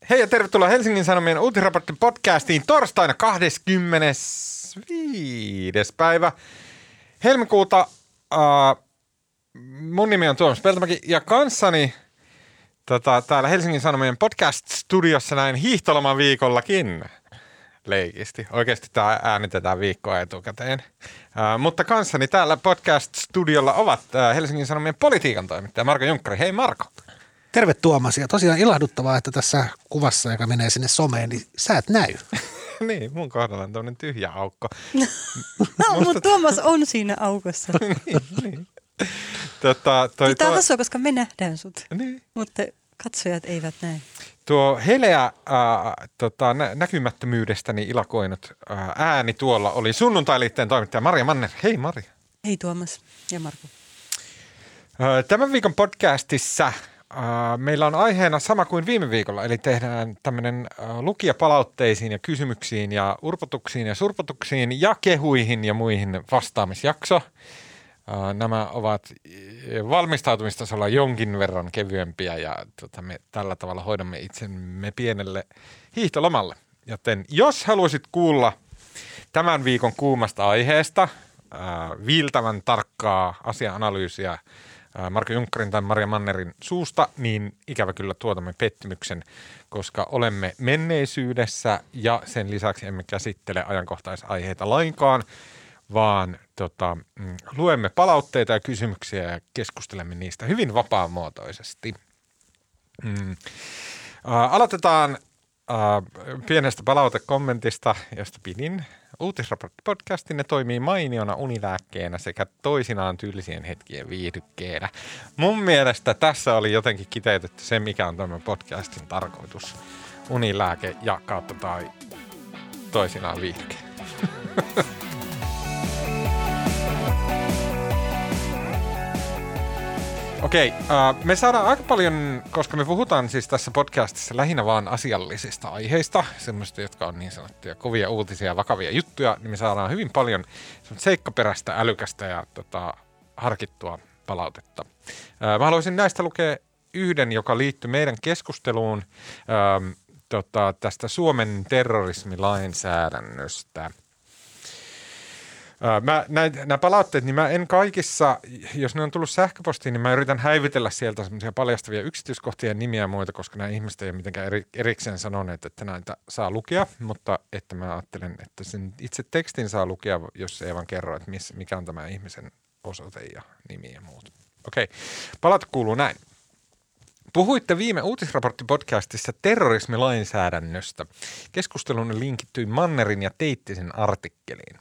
Hei ja tervetuloa Helsingin Sanomien uutisraportti podcastiin torstaina 25. päivä helmikuuta. Mun nimi on Tuomas Peltomäki ja kanssani täällä Helsingin Sanomien podcast-studiossa näin hiihtoloman viikollakin leikisti. Oikeasti tämä äänitetään viikkoa etukäteen. Mutta kanssani täällä podcast-studiolla ovat Helsingin Sanomien politiikan toimittaja Marko Junkkari. Hei Marko. Terve Tuomas, ja tosiaan ilahduttavaa, että tässä kuvassa, joka menee sinne someen, niin sä et näy. Niin, mun kohdalla on tämmöinen tyhjä aukko. Mutta Tuomas on siinä aukossa. niin. Tämä on hassua, koska me nähdään sut, niin. mutta katsojat eivät näe. Tuo heleä näkymättömyydestäni ilakoinut ääni tuolla oli Sunnuntai-liitteen toimittaja Maria Manner. Hei Maria. Hei Tuomas ja Marko. Tämän viikon podcastissa meillä on aiheena sama kuin viime viikolla, eli tehdään tämmöinen lukijapalautteisiin ja kysymyksiin ja urpotuksiin ja surpotuksiin ja kehuihin ja muihin vastaamisjakso. Nämä ovat valmistautumistasolla jonkin verran kevyempiä ja me tällä tavalla hoidamme itsemme pienelle hiihtolomalle. Joten jos haluaisit kuulla tämän viikon kuumasta aiheesta, viiltävän tarkkaa asia-analyysiä Marko Junkkarin tai Maria Mannerin suusta, niin ikävä kyllä tuotamme pettymyksen, koska olemme menneisyydessä ja sen lisäksi emme käsittele ajankohtaisaiheita lainkaan, vaan luemme palautteita ja kysymyksiä ja keskustelemme niistä hyvin vapaamuotoisesti. Aloitetaan pienestä palautekommentista, josta pidin. Uutisraportti-podcastin ne toimii mainiona unilääkkeenä sekä toisinaan tylsien hetkien viihdykkeenä. Mun mielestä tässä oli jotenkin kiteytetty se, mikä on tämän podcastin tarkoitus. Unilääke ja kautta tai toisinaan viihdyke. Okei, me saadaan aika paljon, koska me puhutaan siis tässä podcastissa lähinnä vaan asiallisista aiheista, semmoista, jotka on niin sanottuja kovia uutisia ja vakavia juttuja, niin me saadaan hyvin paljon seikkaperäistä, älykästä ja harkittua palautetta. Mä haluaisin näistä lukea yhden, joka liittyy meidän keskusteluun tästä Suomen terrorismilainsäädännöstä. Nämä palautteet, niin mä en kaikissa, jos ne on tullut sähköpostiin, niin mä yritän häivytellä sieltä semmoisia paljastavia yksityiskohtia ja nimiä ja muita, koska nämä ihmiset ei ole mitenkään erikseen sanoneet, että näitä saa lukea, mutta että mä ajattelen, että sen itse tekstin saa lukea, jos se ei vaan kerro, että mikä on tämä ihmisen osoite ja nimi ja muut. Okei, palaute kuuluu näin. Puhuitte viime uutisraporttipodcastissa terrorismilainsäädännöstä. Keskustelun linkittyi Mannerin ja Teittisen artikkeliin.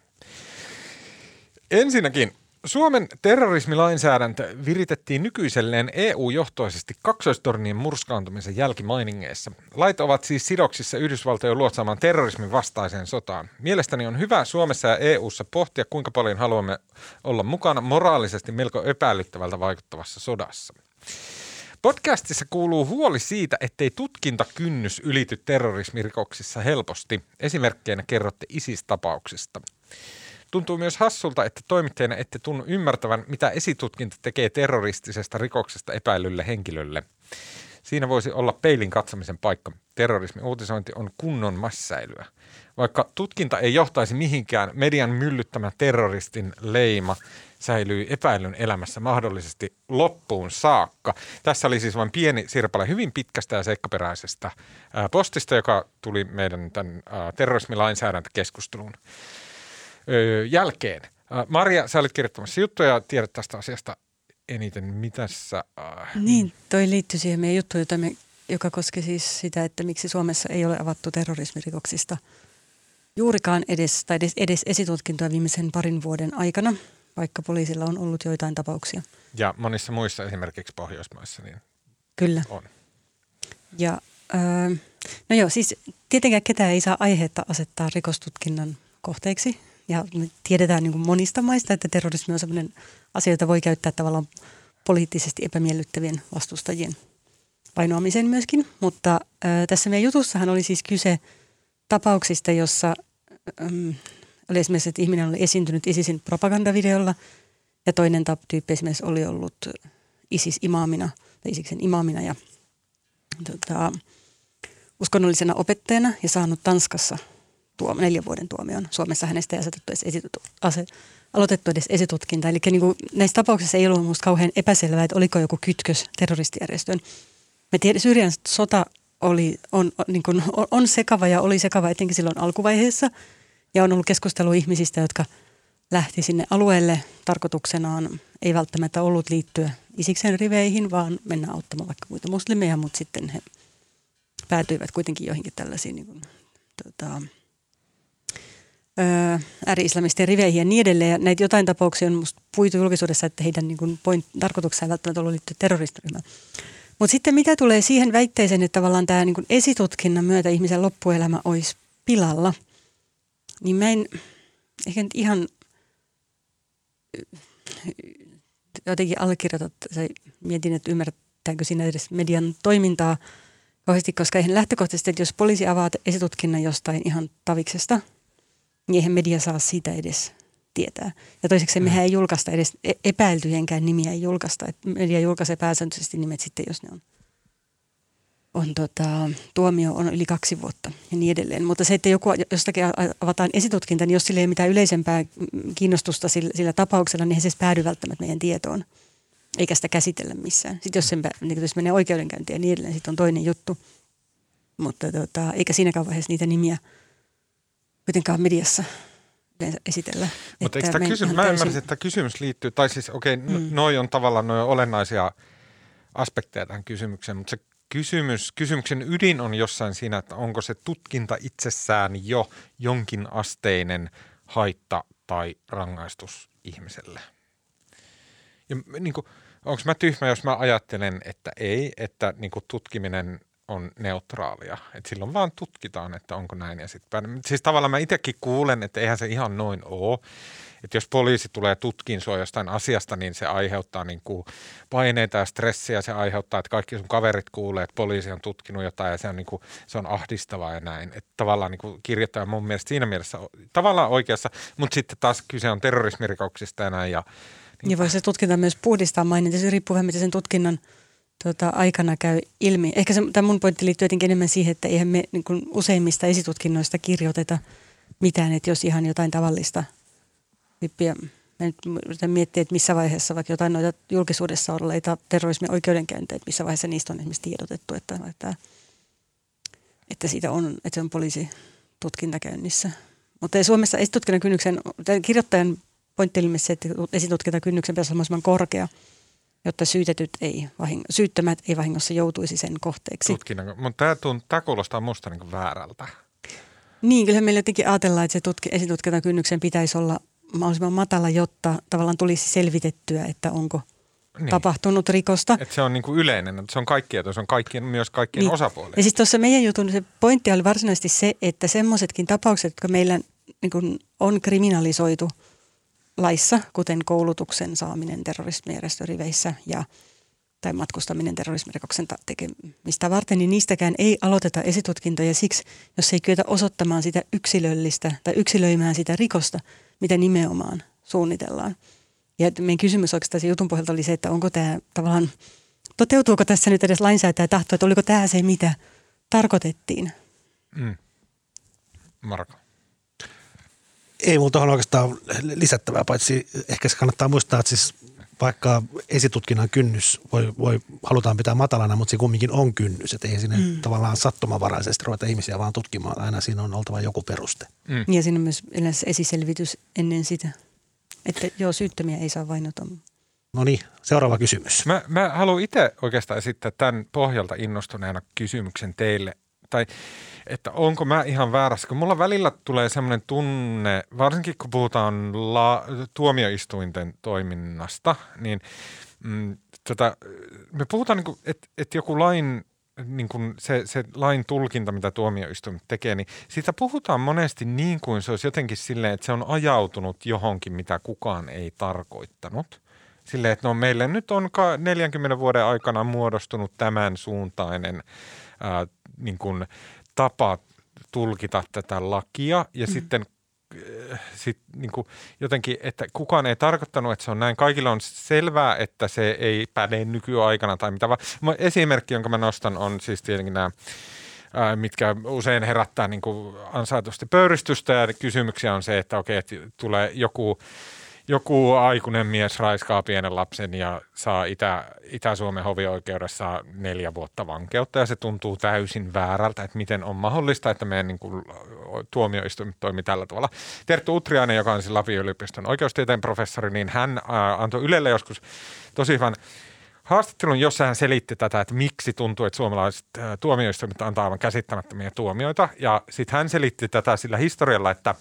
Ensinnäkin Suomen terrorismilainsäädäntö viritettiin nykyiselleen EU-johtoisesti kaksoistornien murskaantumisen jälkimainingeissa. Lait ovat siis sidoksissa Yhdysvaltojen luotsaamaan terrorismin vastaiseen sotaan. Mielestäni on hyvä Suomessa ja EU:ssa pohtia, kuinka paljon haluamme olla mukana moraalisesti melko epäilyttävältä vaikuttavassa sodassa. Podcastissa kuuluu huoli siitä, ettei tutkintakynnys ylity terrorismirikoksissa helposti. Esimerkkeinä kerrotte ISIS-tapauksista. Tuntuu myös hassulta, että toimittajana ette tunnu ymmärtävän, mitä esitutkinta tekee terroristisesta rikoksesta epäilylle henkilölle. Siinä voisi olla peilin katsomisen paikka. Terrorismi-uutisointi on kunnon mässäilyä. Vaikka tutkinta ei johtaisi mihinkään, median myllyttämä terroristin leima säilyy epäilyn elämässä mahdollisesti loppuun saakka. Tässä oli siis vain pieni sirpale hyvin pitkästä ja seikkaperäisestä postista, joka tuli meidän tämän terrorismilainsäädäntökeskusteluun jälkeen. Maria, sä olit kirjoittamassa juttuja ja tiedät tästä asiasta eniten. Mitäs sä? Niin, toi liittyy siihen meidän juttuun, joka koski siis sitä, että miksi Suomessa ei ole avattu terrorismirikoksista juurikaan edes esitutkintoa viimeisen parin vuoden aikana, vaikka poliisilla on ollut joitain tapauksia. Ja monissa muissa esimerkiksi Pohjoismaissa niin kyllä on. Ja no joo, siis tietenkään ketään ei saa aihetta asettaa rikostutkinnan kohteeksi. Ja me tiedetään niin kuin monista maista, että terrorismi on sellainen asia, jota voi käyttää tavallaan poliittisesti epämiellyttävien vastustajien vainoamiseen myöskin. Mutta tässä meidän jutussahan oli siis kyse tapauksista, jossa oli esimerkiksi, että ihminen oli esiintynyt ISISin propagandavideolla ja toinen tyyppi esimerkiksi oli ollut ISIS-imaamina tai ISISin imaamina ja uskonnollisena opettajana ja saanut Tanskassa 4 vuoden tuomion. Suomessa hänestä ei aloitettu edes esitutkinta. Eli niin kuin näissä tapauksissa ei ollut minusta kauhean epäselvää, että oliko joku kytkös terroristijärjestöön. Me tiedämme, Syyrian sota on sekava ja oli sekava etenkin silloin alkuvaiheessa. Ja on ollut keskustelua ihmisistä, jotka lähti sinne alueelle tarkoituksenaan. Ei välttämättä ollut liittyä Isiksen riveihin, vaan mennä auttamaan vaikka muita muslimeja, mutta sitten he päätyivät kuitenkin joihinkin tällaisiin niin kuin, ääri-islamistien riveihin ja niin edelleen. Ja näitä jotain tapauksia on musta puitu julkisuudessa, että heidän niin kuin tarkoituksena ei välttämättä ollut liittyä terroristiryhmään. Mutta sitten mitä tulee siihen väitteeseen, että tavallaan tämä niin kuin esitutkinnan myötä ihmisen loppuelämä olisi pilalla, niin mä en ehkä nyt ihan jotenkin allekirjoita tai mietin, että ymmärtääkö siinä edes median toimintaa kauheasti, koska eihän lähtökohtaisesti, että jos poliisi avaa esitutkinnan jostain ihan taviksesta, niin eihän media saa siitä edes tietää. Ja toiseksi mehän ei julkaista edes epäiltyjenkään nimiä ei julkaista. Että media julkaisee pääsääntöisesti nimet sitten, jos ne tuomio on yli 2 vuotta ja niin edelleen. Mutta se, että jostakin avataan esitutkinta, niin jos sillä ei ole mitään yleisempää kiinnostusta sillä tapauksella, niin he se päädy välttämättä meidän tietoon, eikä sitä käsitellä missään. Sitten jos menee oikeudenkäyntiin ja niin edelleen, sitten on toinen juttu. Mutta eikä siinäkään vaiheessa niitä nimiä kuitenkaan mediassa esitellä. Mutta eikö mä ymmärsin, että kysymys liittyy, tai siis noi on tavallaan noi olennaisia aspekteja tähän kysymykseen, mutta se kysymyksen ydin on jossain siinä, että onko se tutkinta itsessään jo jonkin asteinen haitta tai rangaistus ihmiselle. Ja niin kuin, onko mä tyhmä, jos mä ajattelen, että ei, että niin kuin tutkiminen on neutraalia. Että silloin vaan tutkitaan, että onko näin ja sitten. Siis tavallaan mä itsekin kuulen, että eihän se ihan noin ole. Että jos poliisi tulee tutkiin sua jostain asiasta, niin se aiheuttaa niin kuin paineita ja stressiä. Se aiheuttaa, että kaikki sun kaverit kuulee, että poliisi on tutkinut jotain ja se on, niin kuin, se on ahdistavaa ja näin. Että tavallaan niin kuin kirjoittaja mun mielestä siinä mielessä tavallaan oikeassa, mutta sitten taas kyse on terrorismirikoksista ja näin. Ja voi se tutkinta myös puhdistaa mainita. Se riippuu vähän, mitä sen tutkinnan aikana käy ilmi. Ehkä tämä mun pointti liittyy jotenkin enemmän siihen, että eihän me niin kuin useimmista esitutkinnoista kirjoiteta mitään, että jos ihan jotain tavallista vippiä. Mä nyt yritän miettiä, että missä vaiheessa vaikka jotain noita julkisuudessa olleita terrorismin oikeudenkäyntejä, että missä vaiheessa niistä on esimerkiksi tiedotettu, että siitä on, että se on poliisitutkinta käynnissä. Mutta Suomessa esitutkinnan kynnyksen, kirjoittajan pointti oli se, että esitutkintakynnyksen pitäisi olla mahdollisimman korkea, jotta syyttömät ei vahingossa joutuisi sen kohteeksi. Mutta tämä kuulostaa musta niin kuin väärältä. Niin, kyllähän meillä jotenkin ajatellaan, että se esitutkintakynnyksen pitäisi olla mahdollisimman matala, jotta tavallaan tulisi selvitettyä, että onko tapahtunut rikosta. Että se on niin kuin yleinen, että se on myös kaikkien osapuolien. Ja siis tuossa meidän jutun se pointti oli varsinaisesti se, että semmoisetkin tapaukset, jotka meillä niin kuin on kriminalisoitu laissa, kuten koulutuksen saaminen terrorismijärjestöriveissä tai matkustaminen terrorismirikoksen tekemistä varten, niin niistäkään ei aloiteta esitutkintoja siksi, jos ei kyetä osoittamaan sitä yksilöllistä tai yksilöimään sitä rikosta, mitä nimenomaan suunnitellaan. Ja meidän kysymys oikeastaan jutun pohjalta oli se, että onko tämä tavallaan, toteutuuko tässä nyt edes lainsäätäjä tahto, että oliko tämä se, mitä tarkoitettiin? Marko. Ei multa on oikeastaan lisättävää, paitsi ehkä se kannattaa muistaa, että siis vaikka esitutkinnan kynnys halutaan pitää matalana, mutta se kumminkin on kynnys, että ei sinne tavallaan sattumanvaraisesti ruveta ihmisiä vaan tutkimaan. Aina siinä on oltava joku peruste. Ja siinä on myös yleensä esiselvitys ennen sitä, että syyttömiä ei saa vainota. No niin, seuraava kysymys. Mä haluan itse oikeastaan esittää tämän pohjalta innostuneena kysymyksen teille, tai että onko mä ihan väärässä, kun mulla välillä tulee semmoinen tunne, varsinkin kun puhutaan tuomioistuinten toiminnasta, niin me puhutaan, niin että joku lain, niin kuin se lain tulkinta, mitä tuomioistuimet tekee, niin siitä puhutaan monesti niin kuin se olisi jotenkin silleen, että se on ajautunut johonkin, mitä kukaan ei tarkoittanut. Silleen, että meille nyt on 40 vuoden aikana muodostunut tämän suuntainen niin kuin tapa tulkita tätä lakia ja sitten niin kuin jotenkin, että kukaan ei tarkoittanut, että se on näin. Kaikilla on selvää, että se ei päde nykyaikana tai mitä vaan. Esimerkki, jonka mä nostan, on siis tietenkin nämä mitkä usein herättää niin kuin ansaitusti pöyristystä ja kysymyksiä on se, että okei, että tulee joku aikuinen mies raiskaa pienen lapsen ja saa Itä-Suomen hovioikeudessa 4 vuotta vankeutta ja se tuntuu täysin väärältä, että miten on mahdollista, että meidän niin kuin tuomioistuimet toimii tällä tavalla. Terttu Utriainen, joka on siis Lapin yliopiston oikeustieteen professori, niin hän antoi Ylelle joskus tosi hyvän haastattelun, jossa hän selitti tätä, että miksi tuntuu, että suomalaiset tuomioistuimet antaa aivan käsittämättömiä tuomioita. Ja sitten hän selitti tätä sillä historialla, että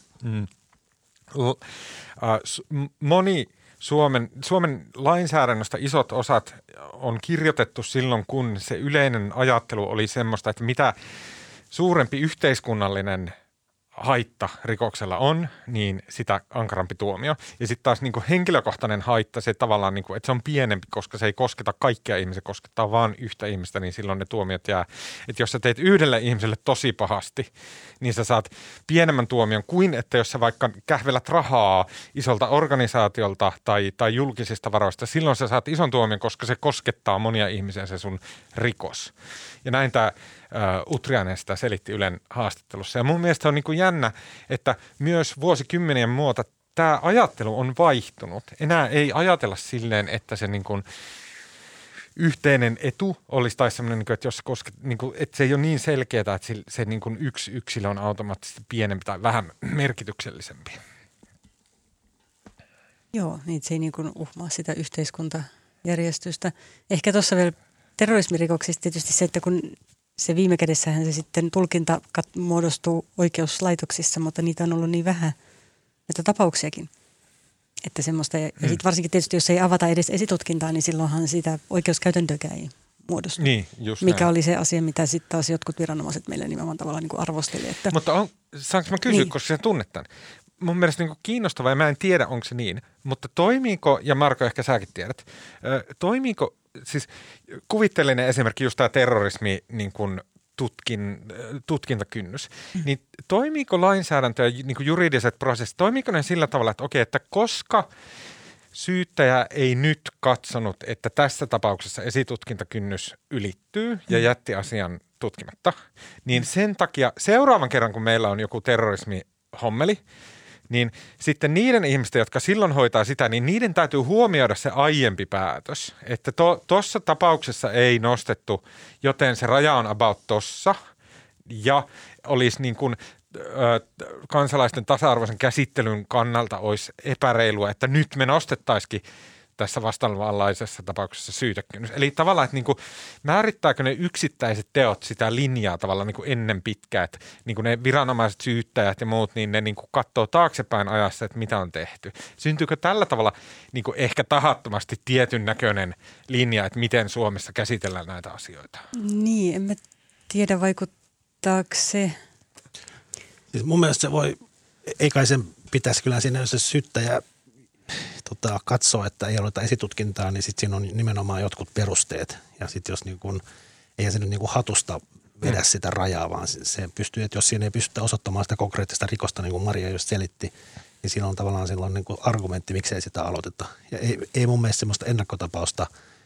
moni Suomen lainsäädännöstä isot osat on kirjoitettu silloin, kun se yleinen ajattelu oli semmoista, että mitä suurempi yhteiskunnallinen haitta rikoksella on, niin sitä ankarampi tuomio. Ja sitten taas niin kuin henkilökohtainen haitta, se tavallaan, niin kuin, että se on pienempi, koska se ei kosketa kaikkia ihmisiä, koskettaa vain yhtä ihmistä, niin silloin ne tuomiot jää. Että jos sä teet yhdelle ihmiselle tosi pahasti, niin sä saat pienemmän tuomion kuin, että jos sä vaikka kähvelät rahaa isolta organisaatiolta tai julkisista varoista, silloin sä saat ison tuomion, koska se koskettaa monia ihmisiä se sun rikos. Ja näin tämä Utriainen sitä selitti Ylen haastattelussa. Ja mun mielestä on niin kuin jännä, että myös vuosikymmenien muuta tämä ajattelu on vaihtunut. Enää ei ajatella silleen, että se niin kuin yhteinen etu olisi tai semmoinen, että jos se että se ei ole niin selkeää, että se niin kuin yksi yksilö on automaattisesti pienempi tai vähän merkityksellisempi. Joo, niin se ei niin kuin uhmaa sitä yhteiskuntajärjestystä. Ehkä tuossa vielä terrorismirikoksista tietysti se, että kun se viime kädessähän se sitten tulkinta muodostuu oikeuslaitoksissa, mutta niitä on ollut niin vähän, näitä tapauksiakin. Että semmoista, ja sitten varsinkin tietysti, jos ei avata edes esitutkintaa, niin silloinhan sitä oikeuskäytäntöäkään ei muodostu. Niin, just mikä näin. Oli se asia, mitä sitten taas jotkut viranomaiset meille nimenomaan tavallaan niin kuin arvosteli. Että Mutta saanko mä kysyä, niin. koska sä tunnet tämän? Mun mielestä niin kuin kiinnostavaa, ja mä en tiedä, onko se niin, mutta toimiiko, ja Marko ehkä säkin tiedät, toimiiko, siis kuvitteellinen esimerkki just tämä terrorismi niin kuin tutkintakynnys, niin toimiiko lainsäädäntö ja niin kuin juridiset prosessit, toimiiko ne sillä tavalla, että okei, että koska syyttäjä ei nyt katsonut, että tässä tapauksessa esitutkintakynnys ylittyy ja jätti asian tutkimatta, niin sen takia seuraavan kerran, kun meillä on joku terrorismihommeli, niin sitten niiden ihmisten, jotka silloin hoitaa sitä, niin niiden täytyy huomioida se aiempi päätös. Että tuossa tapauksessa ei nostettu, joten se raja on about tossa ja olisi niin kuin kansalaisten tasa-arvoisen käsittelyn kannalta olisi epäreilua, että nyt me nostettaisikin tässä vastaavanlaisessa tapauksessa syytekynnys. Eli tavallaan, että niin kuin, määrittääkö ne yksittäiset teot sitä linjaa tavallaan niin kuin ennen pitkää, että niin kuin ne viranomaiset, syyttäjät ja muut, niin ne niin kuin katsoo taaksepäin ajassa, että mitä on tehty. Syntyykö tällä tavalla niin kuin ehkä tahattomasti tietyn näköinen linja, että miten Suomessa käsitellään näitä asioita? Niin, en mä tiedä vaikuttaako se. Siis mun mielestä se ei kai sen pitäisi kyllä siinä, jos se syyttäjä katsoo, että ei aloita esitutkintaa, niin sitten siinä on nimenomaan jotkut perusteet. Ja sitten jos niin kun, eihän se nyt niin kuin hatusta vedä sitä rajaa, vaan se pystyy, että jos siinä ei pystytä osoittamaan sitä konkreettista rikosta, niin kuin Maria just selitti, niin siinä on tavallaan silloin niin kuin argumentti, miksei sitä aloiteta. Ja ei mun mielestä semmoista ennakkotapausta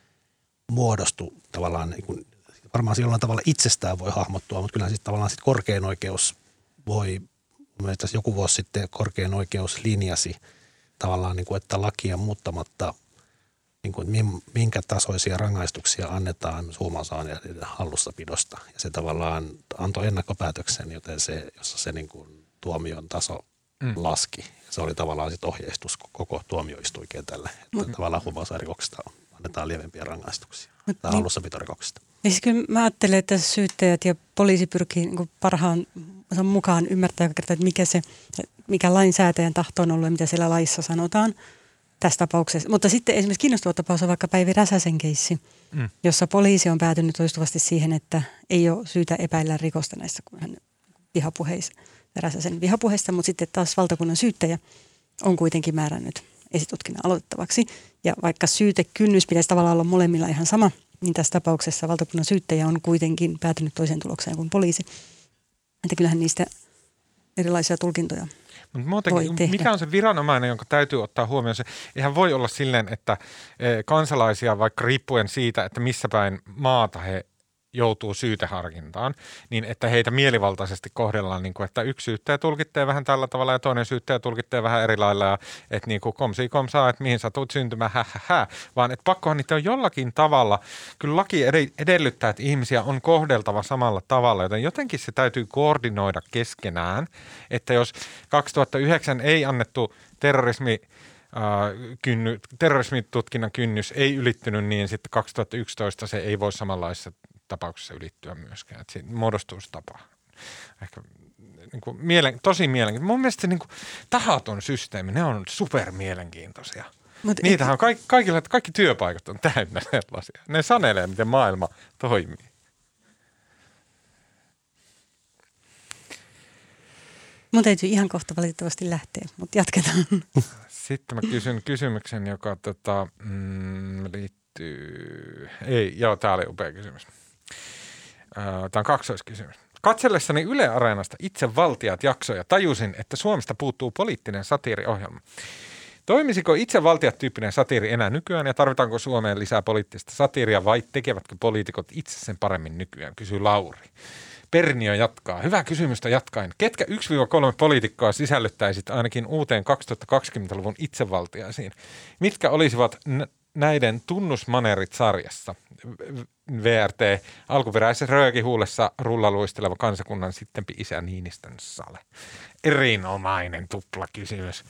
muodostu tavallaan, niin kuin, varmaan jollain tavalla itsestään voi hahmottua, mutta kyllähän sitten tavallaan sit korkein oikeus voi, mun mielestä joku vuosi sitten korkein oikeus linjasi tavallaan, niin kuin, että lakia muuttamatta, niin kuin, minkä tasoisia rangaistuksia annetaan huumausaineiden hallussapidosta. Ja se tavallaan antoi ennakkopäätöksen, joten jossa se niin kuin, tuomion taso laski. Se oli tavallaan sit ohjeistus koko tuomioistuinkentälle, että tavallaan huumausainerikoksista annetaan lievempiä rangaistuksia tai hallussapitorikoksista. Ja siis kyllä mä ajattelen, että syyttäjät ja poliisi pyrkii niin parhaan mukaan ymmärtää, että mikä lainsäätäjän tahto on ollut ja mitä siellä laissa sanotaan tässä tapauksessa. Mutta sitten esimerkiksi kiinnostava tapaus on vaikka Päivi Räsäsen keissi, jossa poliisi on päätynyt toistuvasti siihen, että ei ole syytä epäillä rikosta näissä Räsäsen vihapuheissa, mutta sitten taas valtakunnan syyttäjä on kuitenkin määrännyt esitutkinnan aloitettavaksi. Ja vaikka syytekynnys pitäisi tavallaan olla molemmilla ihan sama, niin tässä tapauksessa valtakunnan syyttäjä on kuitenkin päätynyt toiseen tulokseen kuin poliisi. Että kyllähän niistä erilaisia tulkintoja voi tehdä. Mikä on se viranomainen, jonka täytyy ottaa huomioon? Se eihän voi olla silleen, että kansalaisia vaikka riippuen siitä, että missä päin maata he joutuu syyteharkintaan, niin että heitä mielivaltaisesti kohdellaan, niin kuin, että yksi syyttäjä tulkitsee vähän tällä tavalla ja toinen syyttäjä tulkitsee vähän eri lailla ja että niin kuin komsi komsaa, että mihin sä tulet syntymään, vaan että pakkohan niitä on jollakin tavalla, kyllä laki edellyttää, että ihmisiä on kohdeltava samalla tavalla, joten jotenkin se täytyy koordinoida keskenään, että jos 2009 ei annettu terrorismitutkinnan kynnys ei ylittynyt, niin sitten 2011 se ei voi samanlaisessa tapauksessa ylittyä myöskään. Että siinä muodostuu se tapa. Ehkä niin kuin tosi mielenkiintoista. Mun mielestä se niin kuin tahaton systeemi, ne on supermielenkiintoisia. Niitähän on kaikki työpaikat on täynnä sellaisia. Ne sanelee, miten maailma toimii. Mun täytyy ihan kohta valitettavasti lähteä, mutta jatketaan. Sitten mä kysyn kysymyksen, joka liittyy... Tää oli upea kysymys. Tämä on kaksoiskysymys. Katsellessani Yle Areenasta Itsevaltiat jaksoja tajusin, että Suomesta puuttuu poliittinen satiiriohjelma. Toimisiko Itsevaltiat-tyyppinen satiiri enää nykyään ja tarvitaanko Suomeen lisää poliittista satiiria vai tekevätkö poliitikot itse sen paremmin nykyään, kysyy Lauri. Perniö jatkaa. Hyvä kysymystä jatkaen. Ketkä 1-3 poliitikkoa sisällyttäisit ainakin uuteen 2020-luvun itsevaltiaisiin? Mitkä olisivat näiden tunnusmaneerit sarjassa? VRT, alkuperäisessä röökihuulessa rullaluisteleva kansakunnan sittempi isä Niinistön Sale. Erinomainen tuplakysymys.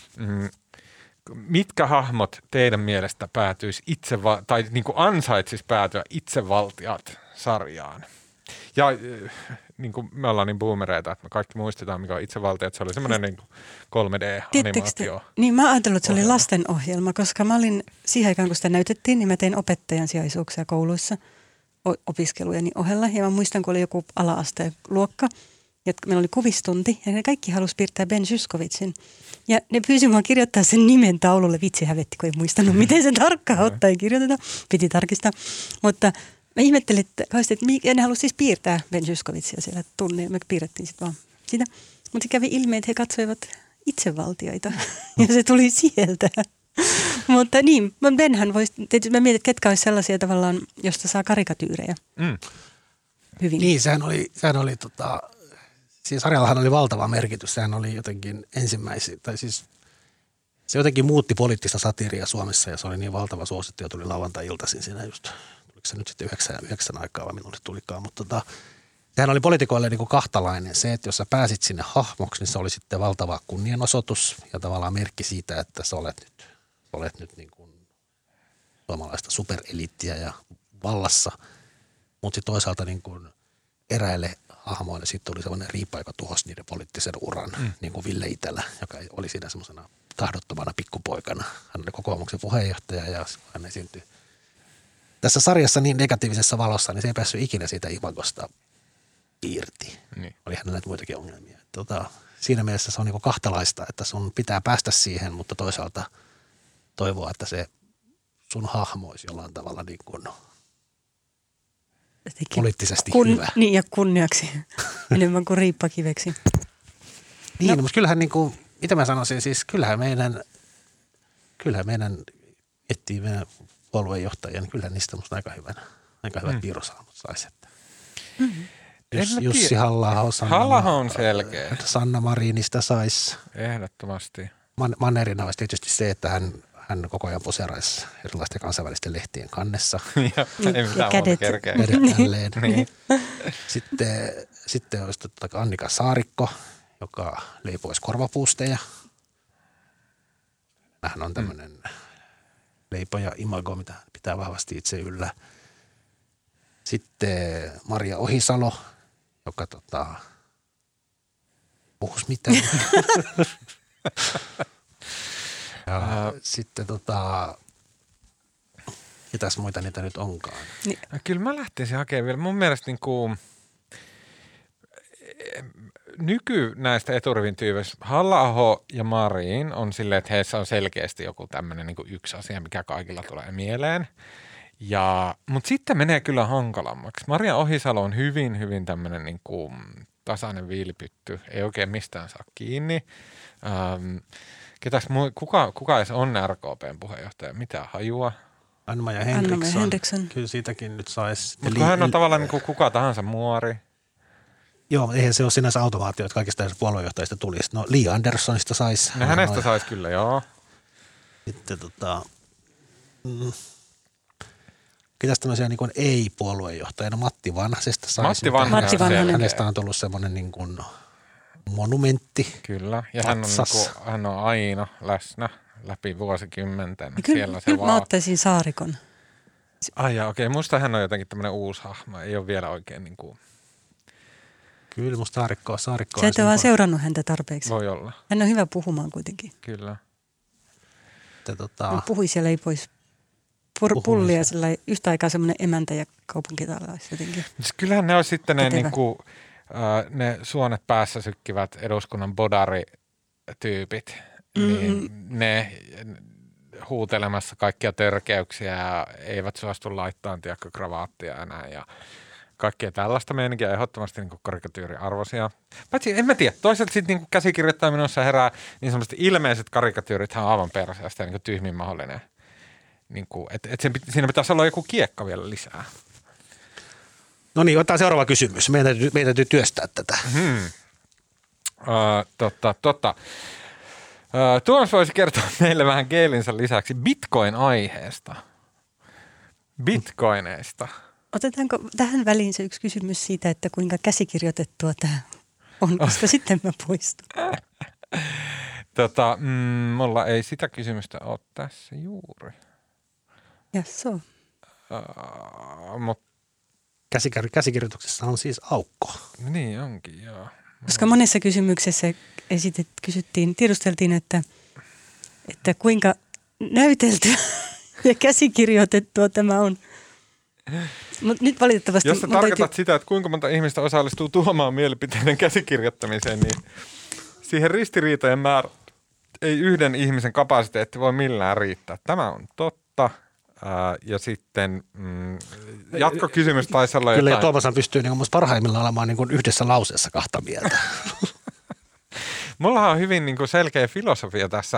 Mitkä hahmot teidän mielestä päätyisi tai niin kuin ansaitsisi päätyä itsevaltiat sarjaan? Ja niin kuin me ollaan niin boomereita, että me kaikki muistetaan, mikä on itsevaltia, että se oli semmoinen niin 3D-animaatio. Niin mä ajattelin, että se oli lastenohjelma, koska mä olin siihen aikaan, kun sitä näytettiin, niin mä tein opettajan sijaisuuksia kouluissa opiskelujeni ohella. Ja mä muistan, kun oli joku ala-asteen luokka, ja meillä oli kuvistunti, ja ne kaikki halusi piirtää Ben Zyskowiczin. Ja ne pyysi mua kirjoittaa sen nimen taululle. Vitsi hävetti, kun ei muistanut, miten se tarkkaan ottaen kirjoitetaan. Piti tarkistaa, mutta... Mä ihmettelin, että ne halusi siis piirtää Ben Zyskowiczia siellä tunnilla. Me piirrettiin sitten vaan sitä. Mutta se kävi ilmi, että he katsoivat itsevaltioita. Ja se tuli sieltä. Mutta niin, Benhän voisi, mä mietin, että ketkä olisi sellaisia tavallaan, josta saa karikatyyrejä. Hyvin. Niin, sehän oli siinä sarjallahan oli valtava merkitys. Sehän oli jotenkin ensimmäisiä, tai siis se jotenkin muutti poliittista satiiria Suomessa ja se oli niin valtava suosittu ja tuli lauantai-iltaisin siinä just. Se nyt sitten 9 aikaa vai minulle tulikaan, mutta sehän oli poliitikoille niin kuin kahtalainen se, että jos sä pääsit sinne hahmoksi, niin se oli sitten valtava kunnianosoitus ja tavallaan merkki siitä, että sä olet nyt niin kuin suomalaista superelittiä ja vallassa, mutta sitten toisaalta niin kuin eräille hahmoille sitten oli sellainen riippa, joka tuhosi niiden poliittisen uran, niin kuin Ville Itälä, joka oli siinä semmoisena tahdottomana pikkupoikana. Hän oli kokoomuksen puheenjohtaja ja hän esiintyi tässä sarjassa niin negatiivisessa valossa, niin se ei päässyt ikinä siitä imagosta irti. Niin. Oli hänellä näitä muitakin ongelmia. Siinä mielessä se on niin kuin kahtalaista, että sun pitää päästä siihen, mutta toisaalta toivoa, että se sun hahmo olisi jollain tavalla niin kuin poliittisesti hyvä. Niin ja kunniaksi, enemmän kuin riippakiveksi. Niin, mutta kyllähän niin kuin, mitä mä sanoisin, siis kyllähän meidän etsii meidän puolueenjohtajia, niin kyllä niistä on aika hyvät piirrosaamat saisi. Jussi Halla-aho on selkeä. Sanna Marinista saisi. Ehdottomasti. Mannerina olisi tietysti se, että hän koko ajan poseeraisi erilaisten kansainvälisten lehtien kannessa. Ja kädet. Niin. Sitten olisi Annika Saarikko, joka leipoisi korvapuusteja. Hän on tämmöinen leipoja imago, mitä pitää vahvasti itse yllä. Sitten Maria Ohisalo, joka puhuisi mitään. Ja sitten mitäs muita niitä nyt onkaan? Niin. Kyllä mä lähtisin hakemaan vielä. Mun mielestä niin kuin näistä eturivin tyyveistä Halla-aho ja Marin on silleen, että heissä on selkeästi joku tämmöinen niin kuin yksi asia, mikä kaikilla tulee mieleen. Mutta sitten menee kyllä hankalammaksi. Maria Ohisalo on hyvin tämmöinen niin kuin tasainen viilipytty. Ei oikein mistään saa kiinni. Kuka edes on RKPn puheenjohtaja? Mitä hajua? Anna-Maja Henriksson. Kyllä siitäkin nyt saisi. Mutta hän on tavallaan niin kuin kuka tahansa muori. Joo, eihän se ole sinänsä automaatio, että kaikista puoluejohtajista tulisi. No Li Anderssonista saisi. No hänestä saisi kyllä, joo. Sitten ketäs tämmöisiä niin kuin ei-puoluejohtajana? Matti Vanhasesta saisi. Matti Vanhanen. Hänestä on tullut semmoinen niin kuin monumentti. Kyllä, ja hän on aina läsnä läpi vuosikymmenten. Kyllä mä ottaisin Saarikon. Ai ja okei, musta hän on jotenkin tämmöinen uusi hahmo, ei ole vielä oikein niin kuin... Kyllä, musta Saarikko. Sä et ole vaan seurannut häntä tarpeeksi. Voi olla. Hän on hyvä puhumaan kuitenkin. Kyllä. Hän puhui siellä ei pois pullia yhtä aikaa semmoinen emäntä ja kaupunkitalais jotenkin. Kyllähän ne on sitten ne, niinku, ne suonet päässä sykkivät eduskunnan bodarityypit. Niin ne huutelemassa kaikkia törkeyksiä ja eivät suostu laittamaan kravaattia enää ja kaikkea tällaista meininkiä ehdottomasti niin karikatyyriarvoisia. Paitsi en mä tiedä, toisaalta sitten niin käsikirjoittaminossa herää niin semmoiset ilmeiset karikatyyrithän on aivan perseestä ja niin tyhmin mahdollinen. Niin siinä pitäisi olla joku kiekka vielä lisää. No niin, otetaan seuraava kysymys. Meidän täytyy työstää tätä. Tuomas voisi kertoa meille vähän Geelinsä lisäksi Bitcoin-aiheesta. Bitcoineista. Otetaanko tähän väliin se yksi kysymys siitä, että kuinka käsikirjoitettua tämä on, koska sitten mä poistun. Mulla ei sitä kysymystä ole tässä juuri. Jasso. Käsikirjoituksessa on siis aukko. Niin onkin, joo. Koska monessa kysymyksessä tiedusteltiin, että kuinka näyteltyä ja käsikirjoitettua tämä on. Mutta nyt valitettavasti... Jos sä tarkoitat sitä, että kuinka monta ihmistä osallistuu tuomaan mielipiteiden käsikirjoittamiseen, niin siihen ristiriitojen määrä ei yhden ihmisen kapasiteetti voi millään riittää. Tämä on totta. Ja sitten jatkokysymys taisi olla kyllä, jotain. ja Tuomashan pystyy niin parhaimmillaan olemaan niin yhdessä lauseessa kahta mieltä. Mullahan on hyvin niin kuin selkeä filosofia tässä,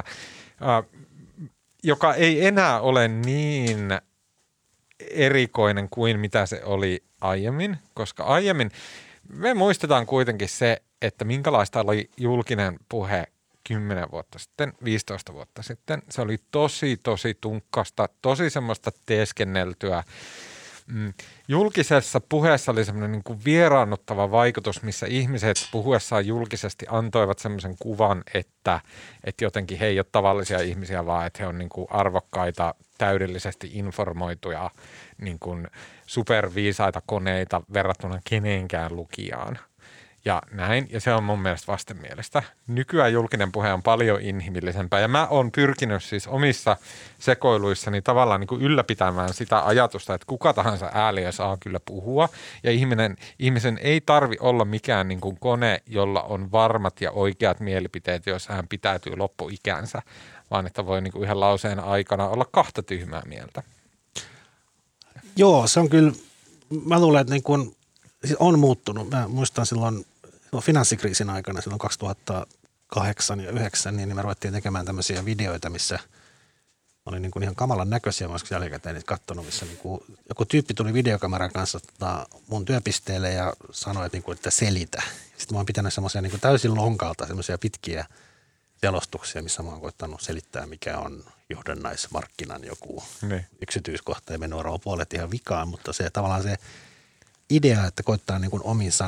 joka ei enää ole niin erikoinen kuin mitä se oli aiemmin, koska aiemmin me muistetaan kuitenkin se, että minkälaista oli julkinen puhe 10 vuotta sitten, 15 vuotta sitten. Se oli tosi tunkkasta, tosi semmoista teeskenneltyä. Julkisessa puheessa oli semmoinen niin kuin vieraannuttava vaikutus, missä ihmiset puhuessaan julkisesti antoivat semmoisen kuvan, että jotenkin he ei ole tavallisia ihmisiä, vaan että he on niin kuin arvokkaita, täydellisesti informoituja, niin kuin superviisaita koneita verrattuna kenenkään lukijaan. Ja näin, ja se on mun mielestä vastenmielistä. Nykyään julkinen puhe on paljon inhimillisempää, ja mä oon pyrkinyt siis omissa sekoiluissani tavallaan niin kuin ylläpitämään sitä ajatusta, että kuka tahansa ääliö saa kyllä puhua, ja ihmisen ei tarvi olla mikään niin kuin kone, jolla on varmat ja oikeat mielipiteet, jos hän pitäytyy loppuikänsä, vaan että voi niin kuin yhden lauseen aikana olla kahta tyhmää mieltä. Joo, se on kyllä, mä luulen, että niin kuin on muuttunut. Mä muistan silloin finanssikriisin aikana, silloin 2008 ja 2009, niin me ruvettiin tekemään tämmöisiä videoita, missä oli niin kuin ihan kamalan näköisiä. Mä olisin jälkikäteen niitä katsonut, missä niin kuin joku tyyppi tuli videokameran kanssa mun työpisteelle ja sanoi, että selitä. Sitten mä oon pitänyt semmoisia niin kuin täysin lonkalta semmoisia pitkiä selostuksia, missä mä oon koittanut selittää, mikä on johdannaismarkkinan joku yksityiskohta ja mennyt puolet ihan vikaan, mutta se tavallaan se idea, että koittaa niin kuin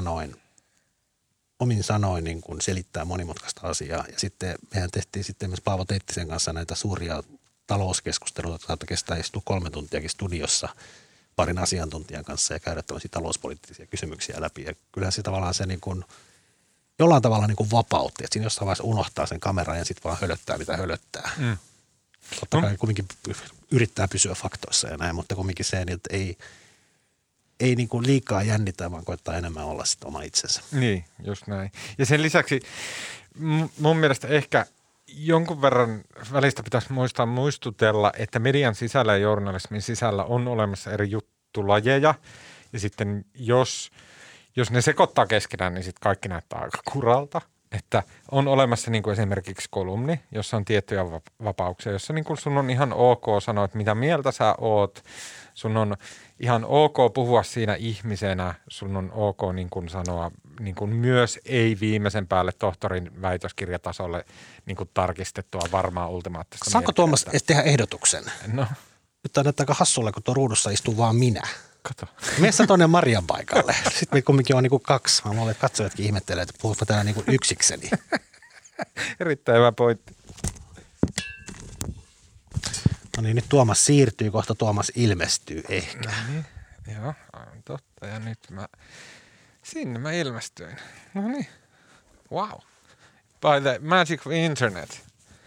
omin sanoin niin kuin selittää monimutkaista asiaa. Ja sitten mehän tehtiin sitten myös Paavo Teittisen kanssa näitä suuria talouskeskusteluita, jotka kestää istua 3 tuntiakin studiossa parin asiantuntijan kanssa ja käydä tämmöisiä talouspoliittisia kysymyksiä läpi. Ja kyllähän se tavallaan se niin kuin, jollain tavalla niin kuin vapautti, että siinä jossain vaiheessa unohtaa sen kameran ja sitten vaan hölöttää, mitä hölöttää. Totta kai kumminkin yrittää pysyä faktoissa ja näin, mutta kumminkin se, että ei niin kuin liikaa jännitä, vaan koittaa enemmän olla sitten oma itsensä. Niin, just näin. Ja sen lisäksi mun mielestä ehkä jonkun verran välistä pitäisi muistutella, että median sisällä ja journalismin sisällä on olemassa eri juttulajeja. Ja sitten jos ne sekoittaa keskenään, niin sitten kaikki näyttää aika kuralta. että on olemassa niin kuin esimerkiksi kolumni, jossa on tiettyjä vapauksia, jossa niin kuin sun on ihan ok sanoa, että mitä mieltä sä oot. Sun on ihan ok puhua siinä ihmisenä, sun on ok niin kuin sanoa niin kuin myös ei viimeisen päälle tohtorin väitöskirjatasolle niin kuin tarkistettua varmaa ultimaattista. Saanko Tuomas tehdä ehdotuksen? No. Nyt on aika hassulle, kun tuo ruudussa istuu vaan minä. Kato. Mene sä tuonne Marian paikalle. Sitten me kumminkin on niinku kaksi. Mä luulen, että katsojatkin ihmettelee, että puhutko täällä niinku yksikseni. Erittäin hyvä pointti. No niin, nyt Tuomas siirtyy, kohta Tuomas ilmestyy ehkä. No niin, joo, aivan totta. Ja nyt sinne mä ilmestyin. No niin, wow. By the magic of internet.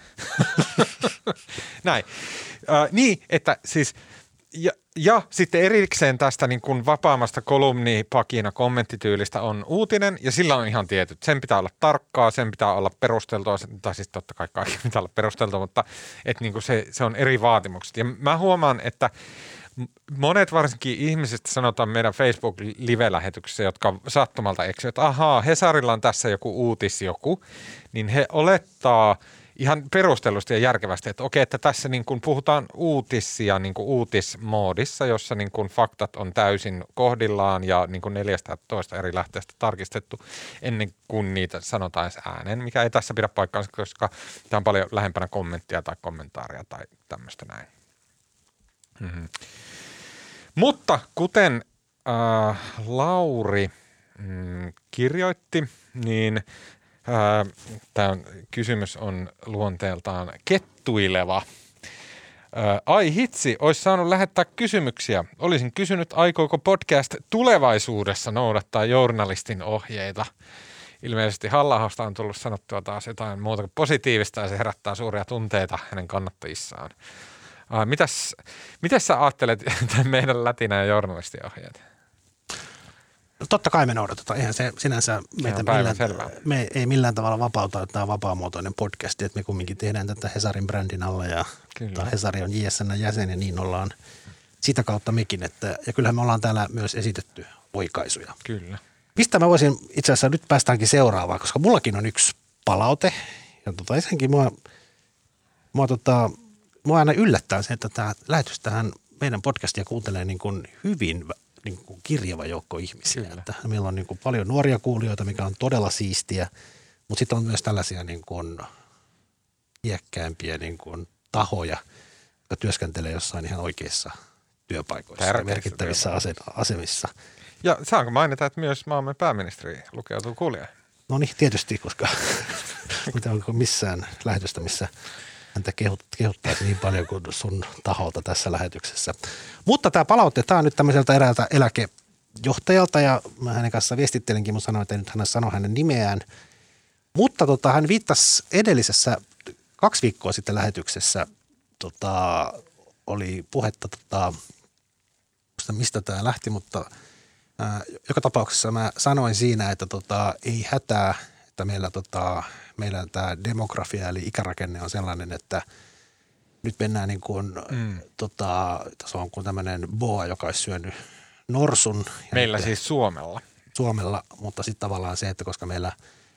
Näin. Niin, että siis, ja sitten erikseen tästä niin kuin vapaammasta kolumnipakina kommenttityylistä on uutinen, ja sillä on ihan tietyt. Sen pitää olla tarkkaa, sen pitää olla perusteltua, tai siis totta kai kaikki pitää olla perusteltua, mutta että niin kuin se on eri vaatimukset. Ja mä huomaan, että monet varsinkin ihmisistä sanotaan meidän Facebook-live-lähetyksessä, jotka sattumalta eksyvät, että ahaa, Hesarilla on tässä joku niin he olettaa ihan perustellusti ja järkevästi, että okei, että tässä niin kuin puhutaan uutisia niin kuin uutismoodissa, jossa niin kuin faktat on täysin kohdillaan ja niin kuin 14 eri lähteestä tarkistettu ennen kuin niitä sanotaan edes ääneen, mikä ei tässä pidä paikkaansa, koska tämä on paljon lähempänä kommenttia tai kommentaaria tai tämmöistä näin. Mm-hmm. Mutta kuten Lauri kirjoitti, niin tämä kysymys on luonteeltaan kettuileva. Ai hitsi, olisi saanut lähettää kysymyksiä. Olisin kysynyt, aikooko podcast tulevaisuudessa noudattaa journalistin ohjeita. Ilmeisesti Halla-ahosta on tullut sanottua taas jotain muuta kuin positiivista ja se herättää suuria tunteita hänen kannattajissaan. Mitäs sä ajattelet meidän lätinä ja journalistiohjeet? Totta kai me noudatetaan. Eihän se sinänsä me ei millään tavalla vapauta, että tämä on vapaamuotoinen podcast, että me kumminkin tehdään tätä Hesarin brändin alla ja Hesari on JSN jäsen ja niin ollaan sitä kautta mekin. Ja kyllähän me ollaan täällä myös esitetty oikaisuja. Kyllä. Mistä mä voisin, itse asiassa nyt päästäänkin seuraavaan, koska mullakin on yksi palaute ja ensinnäkin mua aina yllättää se, että tämä lähetys tähän meidän podcastia kuuntelee niin kuin hyvin niin kuin kirjava joukko ihmisiä. Että meillä on niin kuin paljon nuoria kuulijoita, mikä on todella siistiä, mutta sitten on myös tällaisia niin kuin iäkkäämpiä niin kuin tahoja, jotka työskentelee jossain ihan oikeissa työpaikoissa ja merkittävissä asemissa. Ja saanko mainita, että myös maamme pääministeri lukeutuu kuulijoihin? No niin, tietysti, koska mitä onko missään lähetystä, missä häntä kehuttaisi niin paljon kuin sun taholta tässä lähetyksessä. Mutta tämä palaute, tämä on nyt tämmöiseltä eräältä eläkejohtajalta ja mä hänen kanssa viestittelinkin, mutta sanoin, että nyt hän sano hänen nimeään. Mutta hän viittasi edellisessä 2 viikkoa sitten lähetyksessä, oli puhetta, mistä tämä lähti, mutta joka tapauksessa mä sanoin siinä, että ei hätää, että meillä tämä demografia eli ikärakenne on sellainen, että nyt mennään niin kuin, tässä on kuin tämmöinen boa, joka olisi syönyt norsun. Meillä nyt, siis Suomella. Suomella, mutta sitten tavallaan se, että koska meillä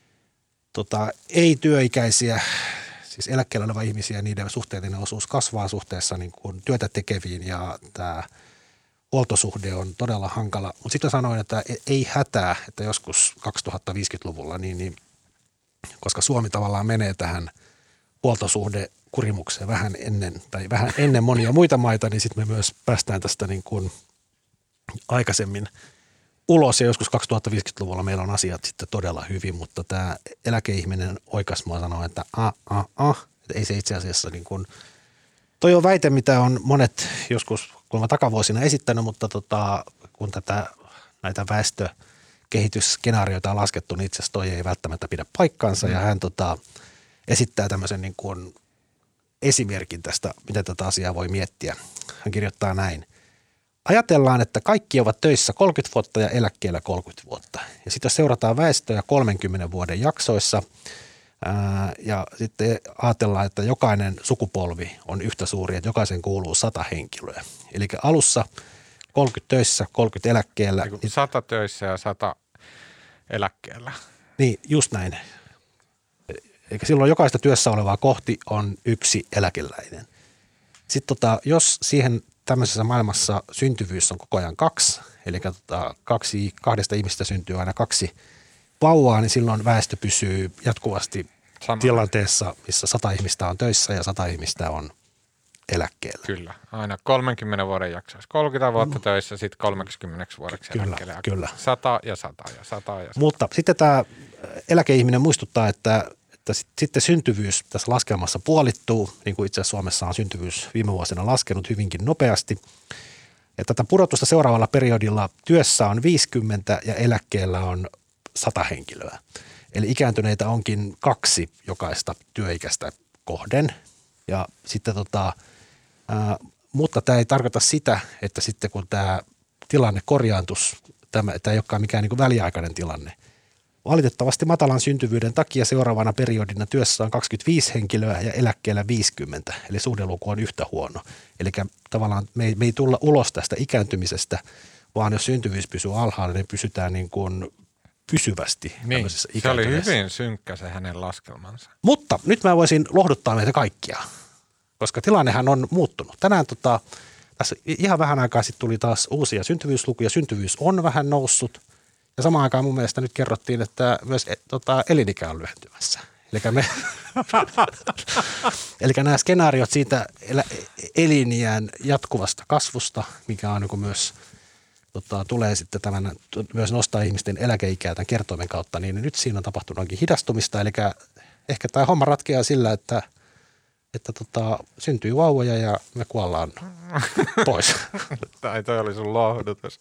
ei työikäisiä, siis eläkkeellä oleva ihmisiä, niiden suhteellinen osuus kasvaa suhteessa niin kuin työtä tekeviin ja tämä huoltosuhde on todella hankala. Mutta sitten sanoin, että ei hätää, että joskus 2050-luvulla, niin koska Suomi tavallaan menee tähän huoltosuhdekurimukseen vähän ennen monia muita maita, niin sitten me myös päästään tästä niin kuin aikaisemmin ulos. Ja joskus 2050-luvulla meillä on asiat sitten todella hyvin, mutta tämä eläkeihminen oikaisi mua sanoa, että että ei se itse asiassa niin kuin, toi on väite, mitä on monet joskus kuulemma takavuosina esittänyt, mutta kun näitä väestökehitysskenaarioita on laskettu, niin itse asiassa toi ei välttämättä pidä paikkaansa ja hän esittää tämmöisen niin kuin esimerkin tästä, miten tätä asiaa voi miettiä. Hän kirjoittaa näin. Ajatellaan, että kaikki ovat töissä 30 vuotta ja eläkkeellä 30 vuotta. Ja sitten jos seurataan väestöä 30 vuoden jaksoissa ja sitten ajatellaan, että jokainen sukupolvi on yhtä suuri, että jokaisen kuuluu 100 henkilöä. Eli alussa 30 töissä, 30 eläkkeellä. 100 töissä ja 100 eläkkeellä. Niin, just näin. Eli silloin jokaista työssä olevaa kohti on yksi eläkeläinen. Sitten jos siihen tämmöisessä maailmassa syntyvyys on koko ajan 2, eli kahdesta ihmistä syntyy aina 2 vauvaa, niin silloin väestö pysyy jatkuvasti tilanteessa, missä 100 ihmistä on töissä ja 100 ihmistä on eläkkeellä. Kyllä, aina 30 vuoden jaksoissa. 30 vuotta töissä, sitten 30 vuodeksi eläkkeelle. Kyllä. 100 ja 100 ja 100 ja 100. Mutta sitten tämä eläkeihminen muistuttaa, että sitten syntyvyys tässä laskelmassa puolittuu, niin kuin itse asiassa Suomessa on syntyvyys viime vuosina laskenut hyvinkin nopeasti. Ja tätä pudotusta seuraavalla periodilla työssä on 50 ja eläkkeellä on 100 henkilöä. Eli ikääntyneitä onkin 2 jokaista työikäistä kohden. Ja sitten mutta tämä ei tarkoita sitä, että sitten kun tämä tilanne korjaantus, tämä ei olekaan mikään niin kuin väliaikainen tilanne. Valitettavasti matalan syntyvyyden takia seuraavana periodina työssä on 25 henkilöä ja eläkkeellä 50, eli suhdeluku on yhtä huono. Eli tavallaan me ei tulla ulos tästä ikääntymisestä, vaan jos syntyvyys pysyy alhaalla, niin pysytään niin kuin pysyvästi tämmöisessä ikääntyneessä. Se oli hyvin synkkä se hänen laskelmansa. Mutta nyt mä voisin lohduttaa meitä kaikkia, koska tilannehan on muuttunut. Tänään tässä ihan vähän aikaa sitten tuli taas uusia syntyvyyslukuja. Syntyvyys on vähän noussut. Ja samaan aikaan mun mielestä nyt kerrottiin, että myös elinikä on lyhentymässä. Eli nämä skenaariot siitä eliniän jatkuvasta kasvusta, mikä on niin myös tulee sitten myös nostaa ihmisten eläkeikää tämän kertoimen kautta, niin nyt siinä on tapahtunutkin hidastumista. Eli ehkä tämä homma ratkeaa sillä, että syntyy vauvoja ja me kuollaan pois. Toi oli sun lohdutus.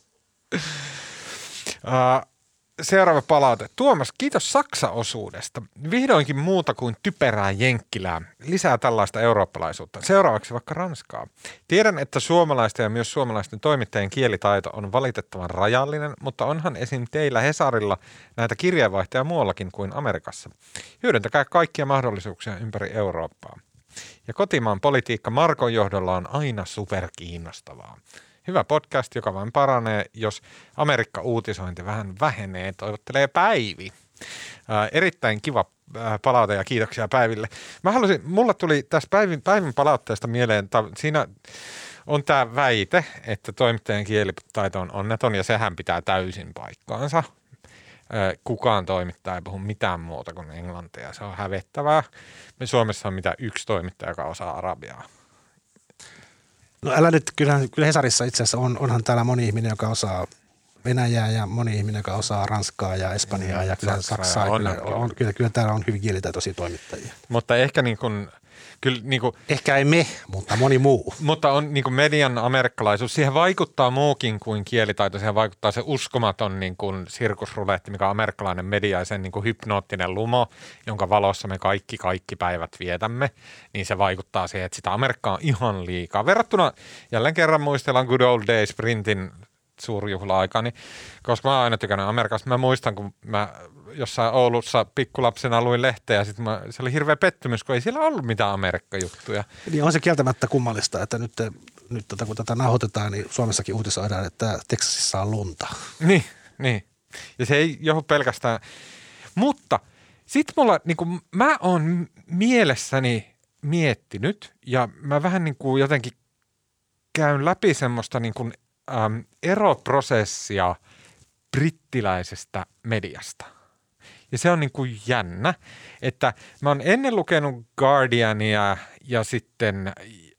Seuraava palaute. Tuomas, kiitos Saksa-osuudesta. Vihdoinkin muuta kuin typerää jenkkilää. Lisää tällaista eurooppalaisuutta. Seuraavaksi vaikka Ranskaa. Tiedän, että suomalaisten ja myös suomalaisten toimittajien kielitaito on valitettavan rajallinen, mutta onhan esim. Teillä Hesarilla näitä kirjeenvaihtoja muuallakin kuin Amerikassa. Hyödyntäkää kaikkia mahdollisuuksia ympäri Eurooppaa. Ja kotimaan politiikka Markon johdolla on aina superkiinnostavaa. Hyvä podcast, joka vain paranee, jos Amerikka-uutisointi vähän vähenee. Toivottelee Päivi. Erittäin kiva palaute ja kiitoksia Päiville. Mulla tuli tässä Päivin palautteesta mieleen, siinä on tämä väite, että toimittajan kielitaito on onneton ja sehän pitää täysin paikkaansa. Kukaan toimittaja ei puhu mitään muuta kuin englantia. Se on hävettävää. Me Suomessa on mitä yksi toimittaja, joka osaa arabiaa. No älä nyt, kyllä Hesarissa itse asiassa onhan täällä moni ihminen, joka osaa Venäjää ja moni ihminen, joka osaa Ranskaa ja Espanjaa ja kyllä Saksaa. Kyllä täällä on hyvin kielitaitoisia toimittajia. Mutta ehkä ehkä ei me, mutta moni muu. Mutta on niin kuin median amerikkalaisuus. Siihen vaikuttaa muukin kuin kielitaito. Siihen vaikuttaa se uskomaton niin kuin sirkusruletti, mikä on amerikkalainen media ja sen niin kuin hypnoottinen lumo, jonka valossa me kaikki päivät vietämme. Niin se vaikuttaa siihen, että sitä Amerikkaa on ihan liikaa. Verrattuna jälleen kerran muistellaan Good Old Days printin suurjuhla-aikaa, niin koska mä oon aina tykännyt Amerikasta. Mä muistan, kun mä jossain Oulussa pikkulapsena luin lehteä ja sitten se oli hirveä pettymys, kun ei siellä ollut mitään Amerikka-juttuja. Niin on se kieltämättä kummallista, että nyt kun tätä nauhoitetaan, niin Suomessakin uutisoidaan, että Teksasissa on lunta. Niin. Ja se ei johdu pelkästään. Mutta sitten mulla, niin kuin, mä oon mielessäni miettinyt ja mä vähän niin kuin jotenkin käyn läpi semmoista niin kuin eroprosessia brittiläisestä mediasta. Ja se on niin kuin jännä, että mä oon ennen lukenut Guardiania ja sitten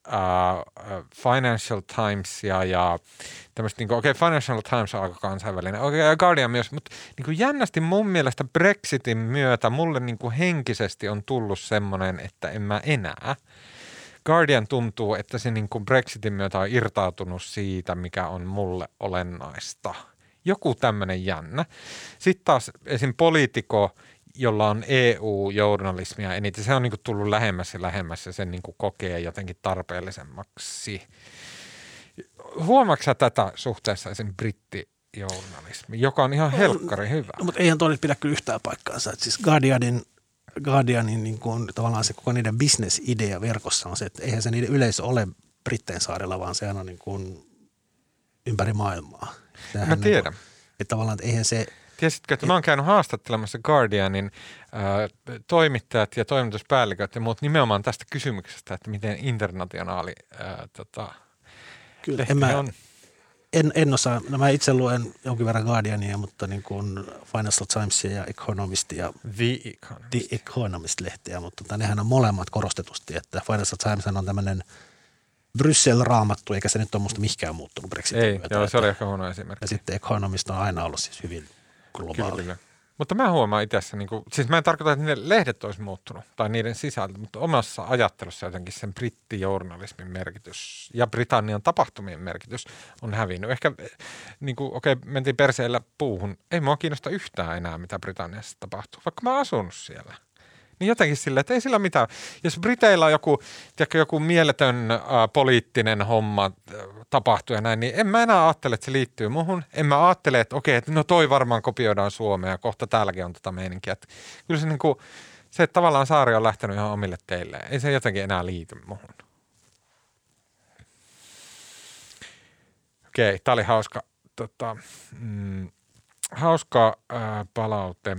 Financial Timesia ja tämmöistä, niin kuin, Financial Times on aika kansainvälinen, ja Guardian myös, mutta niin kuin jännästi mun mielestä Brexitin myötä mulle niin kuin henkisesti on tullut semmoinen, että en mä enää. Guardian tuntuu, että se niin kuin Brexitin myötä on irtautunut siitä, mikä on mulle olennaista. Joku tämmöinen jännä. Sitten taas esim. Politico, jolla on EU-journalismia eniten, se on niin kuin tullut lähemmäs ja sen niin kuin kokee jotenkin tarpeellisemmaksi. Huomaatko sä tätä suhteessa esim. Brittijournalismi, joka on ihan helkkari hyvä? No, mutta eihän toi nyt pidä kyllä yhtään paikkaansa. Että siis Guardianin niin kuin, tavallaan se koko niiden business-idea verkossa on se, että eihän se niiden yleisö ole Brittein saarella, vaan sehän on niin kuin ympäri maailmaa. Mä tiedän. Että tavallaan, että eihän se... Tiesitkö, että mä oon käynyt haastattelemassa Guardianin toimittajat ja toimituspäälliköt ja muut nimenomaan tästä kysymyksestä, että miten internationaali Kyllä, lehti on. En osaa. No mä itse luen jonkin verran Guardiania, mutta niin kuin Financial Timesia ja Economistia. The Economist-lehtiä, mutta nehän on molemmat korostetusti, että Financial Times on tämmöinen Bryssel-raamattu, eikä se nyt ole musta mihinkään muuttunut Brexitin Ei, myötä. joo, se oli ehkä huono esimerkki. Ja sitten Economist on aina ollut siis hyvin globaali. Kyllä. Mutta mä huomaan itse, siis mä en tarkoita, että niiden lehdet olisi muuttunut tai niiden sisältö, mutta omassa ajattelussa jotenkin sen brittijournalismin merkitys ja Britannian tapahtumien merkitys on hävinnyt. Ehkä niin kuin, mentiin perseillä puuhun. Ei mua kiinnosta yhtään enää, mitä Britanniassa tapahtuu, vaikka mä oon asunut siellä. Niin jotenkin silleen, että ei sillä mitään. Jos Briteillä on joku mieletön poliittinen homma tapahtuu ja näin, niin en mä enää ajattele, että se liittyy muhun. En mä ajattele, että okei, että no toi varmaan kopioidaan Suomea ja kohta täälläkin on meininkiä. Että kyllä se, se, että tavallaan saari on lähtenyt ihan omille teille. Ei se jotenkin enää liity muhun. Okei, tää oli hauska palaute.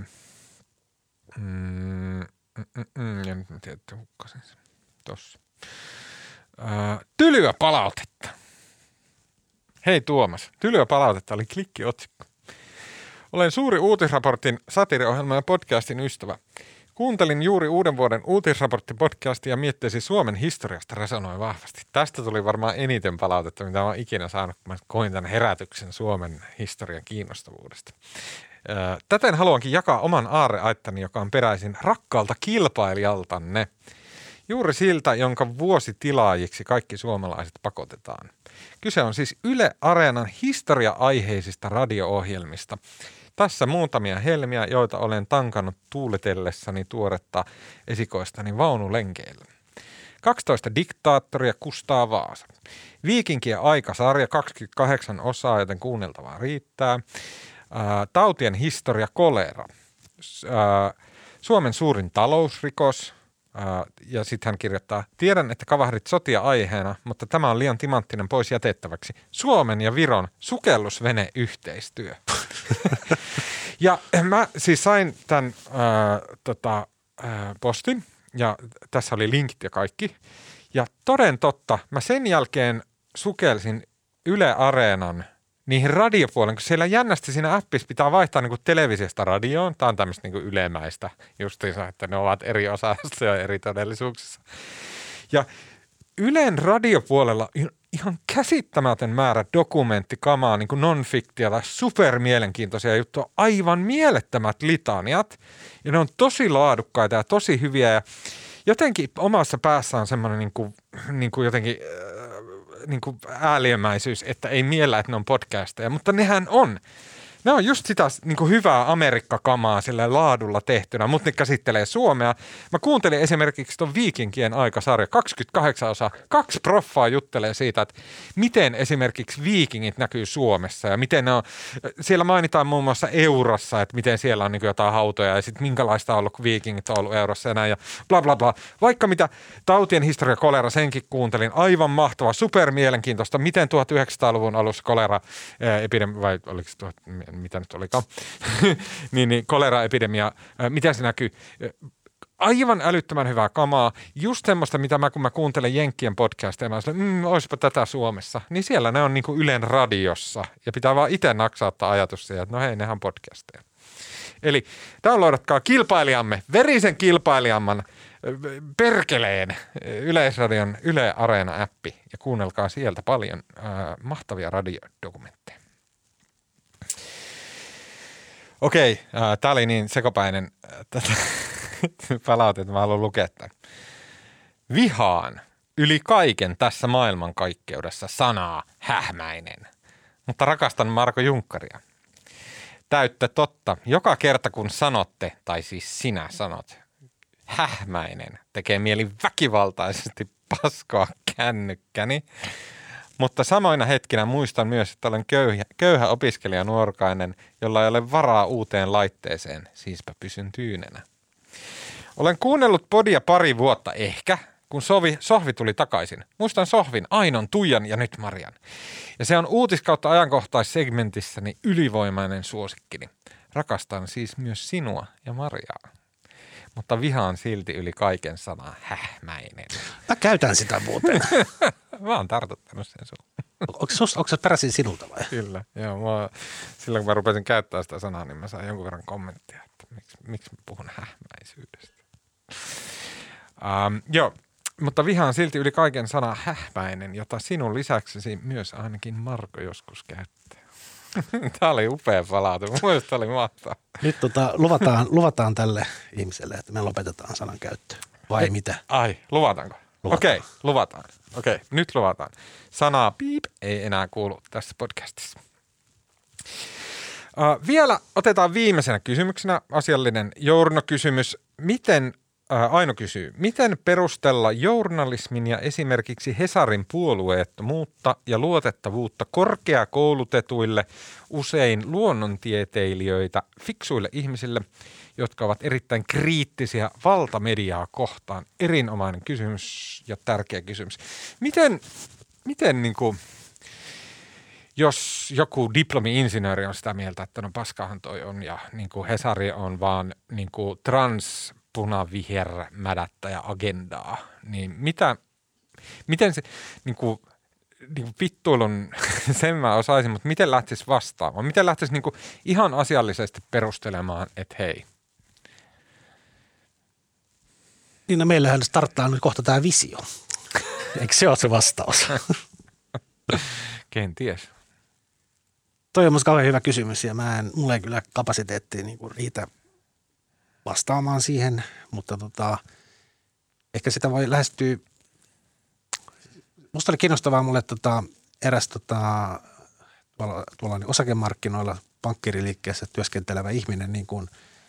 Ja nyt mä tiedän, että hukkasin sen tossa. Tylyä palautetta. Hei Tuomas, tylyä palautetta oli klikkiotsikko. Olen suuri uutisraportin satiiriohjelman ja podcastin ystävä. Kuuntelin juuri uuden vuoden uutisraporttipodcastia ja miettisin Suomen historiasta resonoi vahvasti. Tästä tuli varmaan eniten palautetta, mitä olen ikinä saanut, kun mä koin tämän herätyksen Suomen historian kiinnostavuudesta. Täten haluankin jakaa oman aarreaittani, joka on peräisin rakkaalta kilpailijaltanne. Juuri siltä, jonka vuositilaajiksi kaikki suomalaiset pakotetaan. Kyse on siis Yle Areenan historia-aiheisista radio-ohjelmista. Tässä muutamia helmiä, joita olen tankannut tuuletellessani tuoretta esikoistani vaunulenkeillä. 12 diktaattoria Kustaa Vaasa. Viikinkien aikasarja 28 osaa, joten kuunneltavaa riittää. Tautien historia kolera. Suomen suurin talousrikos. Ja sitten hän kirjoittaa, tiedän, että kavahdit sotia aiheena, mutta tämä on liian timanttinen pois jätettäväksi. Suomen ja Viron sukellusvene-yhteistyö. Ja mä siis sain tämän postin ja tässä oli linkit ja kaikki. Ja toden totta, mä sen jälkeen sukelsin Yle Areenan niihin radiopuolen, kun siellä jännästi siinä appissa pitää vaihtaa niin kuin televisiosta radioon. Tämä on tämmöistä niin kuin ylemäistä justiinsa, että ne ovat eri osassa ja eri todellisuuksissa. Ja Ylen radiopuolella ihan käsittämätön määrä dokumenttikamaa, niin kuin non-fiktiota, supermielenkiintoisia juttuja, aivan mielettömät litaniat. Ja ne on tosi laadukkaita ja tosi hyviä ja jotenkin omassa päässä on semmoinen niin kuin jotenkin niin kuin ääliömäisyys, että ei miellä, että ne on podcasteja, mutta nehän on. Ne on just sitä niin kuin hyvää Amerikkakamaa sillä laadulla tehtynä, mutta ne käsittelee Suomea. Mä kuuntelin esimerkiksi ton Viikinkien aikasarja, 28 osaa, 2 proffaa juttelee siitä, että miten esimerkiksi viikingit näkyy Suomessa ja miten ne on, siellä mainitaan muun muassa Eurossa, että miten siellä on niin kuin jotain hautoja ja sitten minkälaista on ollut, kun viikingit on ollut Eurossa ja näin ja bla bla bla. Vaikka mitä tautien historia kolera, senkin kuuntelin, aivan mahtavaa, supermielenkiintoista, miten 1900-luvun alussa kolera-epidemia, vai oliko se mitä nyt olikaan, niin koleraepidemia, miten se näkyy. Aivan älyttömän hyvää kamaa. Just semmoista, mitä kun mä kuuntelen Jenkkien podcasteja, mä olen, olisipa tätä Suomessa. Niin siellä ne on niin kuin Ylen radiossa. Ja pitää vaan itse naksauttaa ajatus siihen, että no hei, nehän on podcasteja. Eli downloadatkaa kilpailijamme, verisen kilpailijamman, perkeleen Yleisradion Yle Areena-appi ja kuunnelkaa sieltä paljon mahtavia radiodokumentteja. Okei, tämä oli niin sekopäinen palaute, että mä haluan lukea tämän. Vihaan yli kaiken tässä maailmankaikkeudessa sanaa hähmäinen, mutta rakastan Marko Junkkaria. Täyttä totta, joka kerta kun sanotte, tai siis sinä sanot, hähmäinen, tekee mieli väkivaltaisesti paskoa kännykkäni. Mutta samoina hetkinä muistan myös, että olen köyhä opiskelijanuorkainen, jolla ei ole varaa uuteen laitteeseen, siispä pysyn tyynenä. Olen kuunnellut podia pari vuotta ehkä, kun Sohvi tuli takaisin. Muistan Sohvin, Ainon, Tuijan ja nyt Marian. Ja se on uutiskautta ajankohtaissegmentissäni ylivoimainen suosikkini. Rakastan siis myös sinua ja Mariaa. Mutta vihaan silti yli kaiken sanaa hähmäinen. Mä käytän sitä muuten. Mä oon tartuttanut sen sun. Onko se peräisin sinulta vai? Kyllä, joo. Silloin kun mä rupesin käyttää sitä sanaa, niin mä sain jonkun verran kommenttia, että miksi mä puhun hähmäisyydestä. Joo, mutta vihaan silti yli kaiken sanaa hähmäinen, jota sinun lisäksesi myös ainakin Marko joskus käyttää. Tämä oli upea palaute. Mun mielestä tämä oli mahtavaa. Nyt luvataan tälle ihmiselle, että me lopetetaan sanan käyttö. Vai mitä? Ai, luvataanko? Okei, luvataan. Okei, nyt luvataan. Sanaa piip ei enää kuulu tässä podcastissa. Vielä otetaan viimeisenä kysymyksenä asiallinen journokysymys. Aino kysyy, miten perustella journalismin ja esimerkiksi Hesarin puolueettomuutta ja luotettavuutta korkeakoulutetuille, usein luonnontieteilijöitä, fiksuille ihmisille, jotka ovat erittäin kriittisiä valtamediaa kohtaan? Erinomainen kysymys ja tärkeä kysymys. Miten niin kuin, jos joku diplomi-insinööri on sitä mieltä, että no paskahan toi on ja niin kuin Hesari on vaan niin kuin punavihermädättäjä agendaa, niin miten se niin kuin vittuilun, sen mä osaisin, mutta miten lähtisi vastaamaan? Miten lähtisi niin kuin ihan asiallisesti perustelemaan, että hei. Niin no meillähän starttaa nyt kohta tämä visio. Eikö se ole se vastaus? Kenties. Toi on musta kauhean hyvä kysymys ja mulla ei kyllä kapasiteettia niin kuin riitä vastaamaan siihen, mutta ehkä sitä voi lähestyä. Musta oli kiinnostavaa mulle eräs tuolla osakemarkkinoilla pankkiriliikkeessä työskentelevä ihminen niin kuin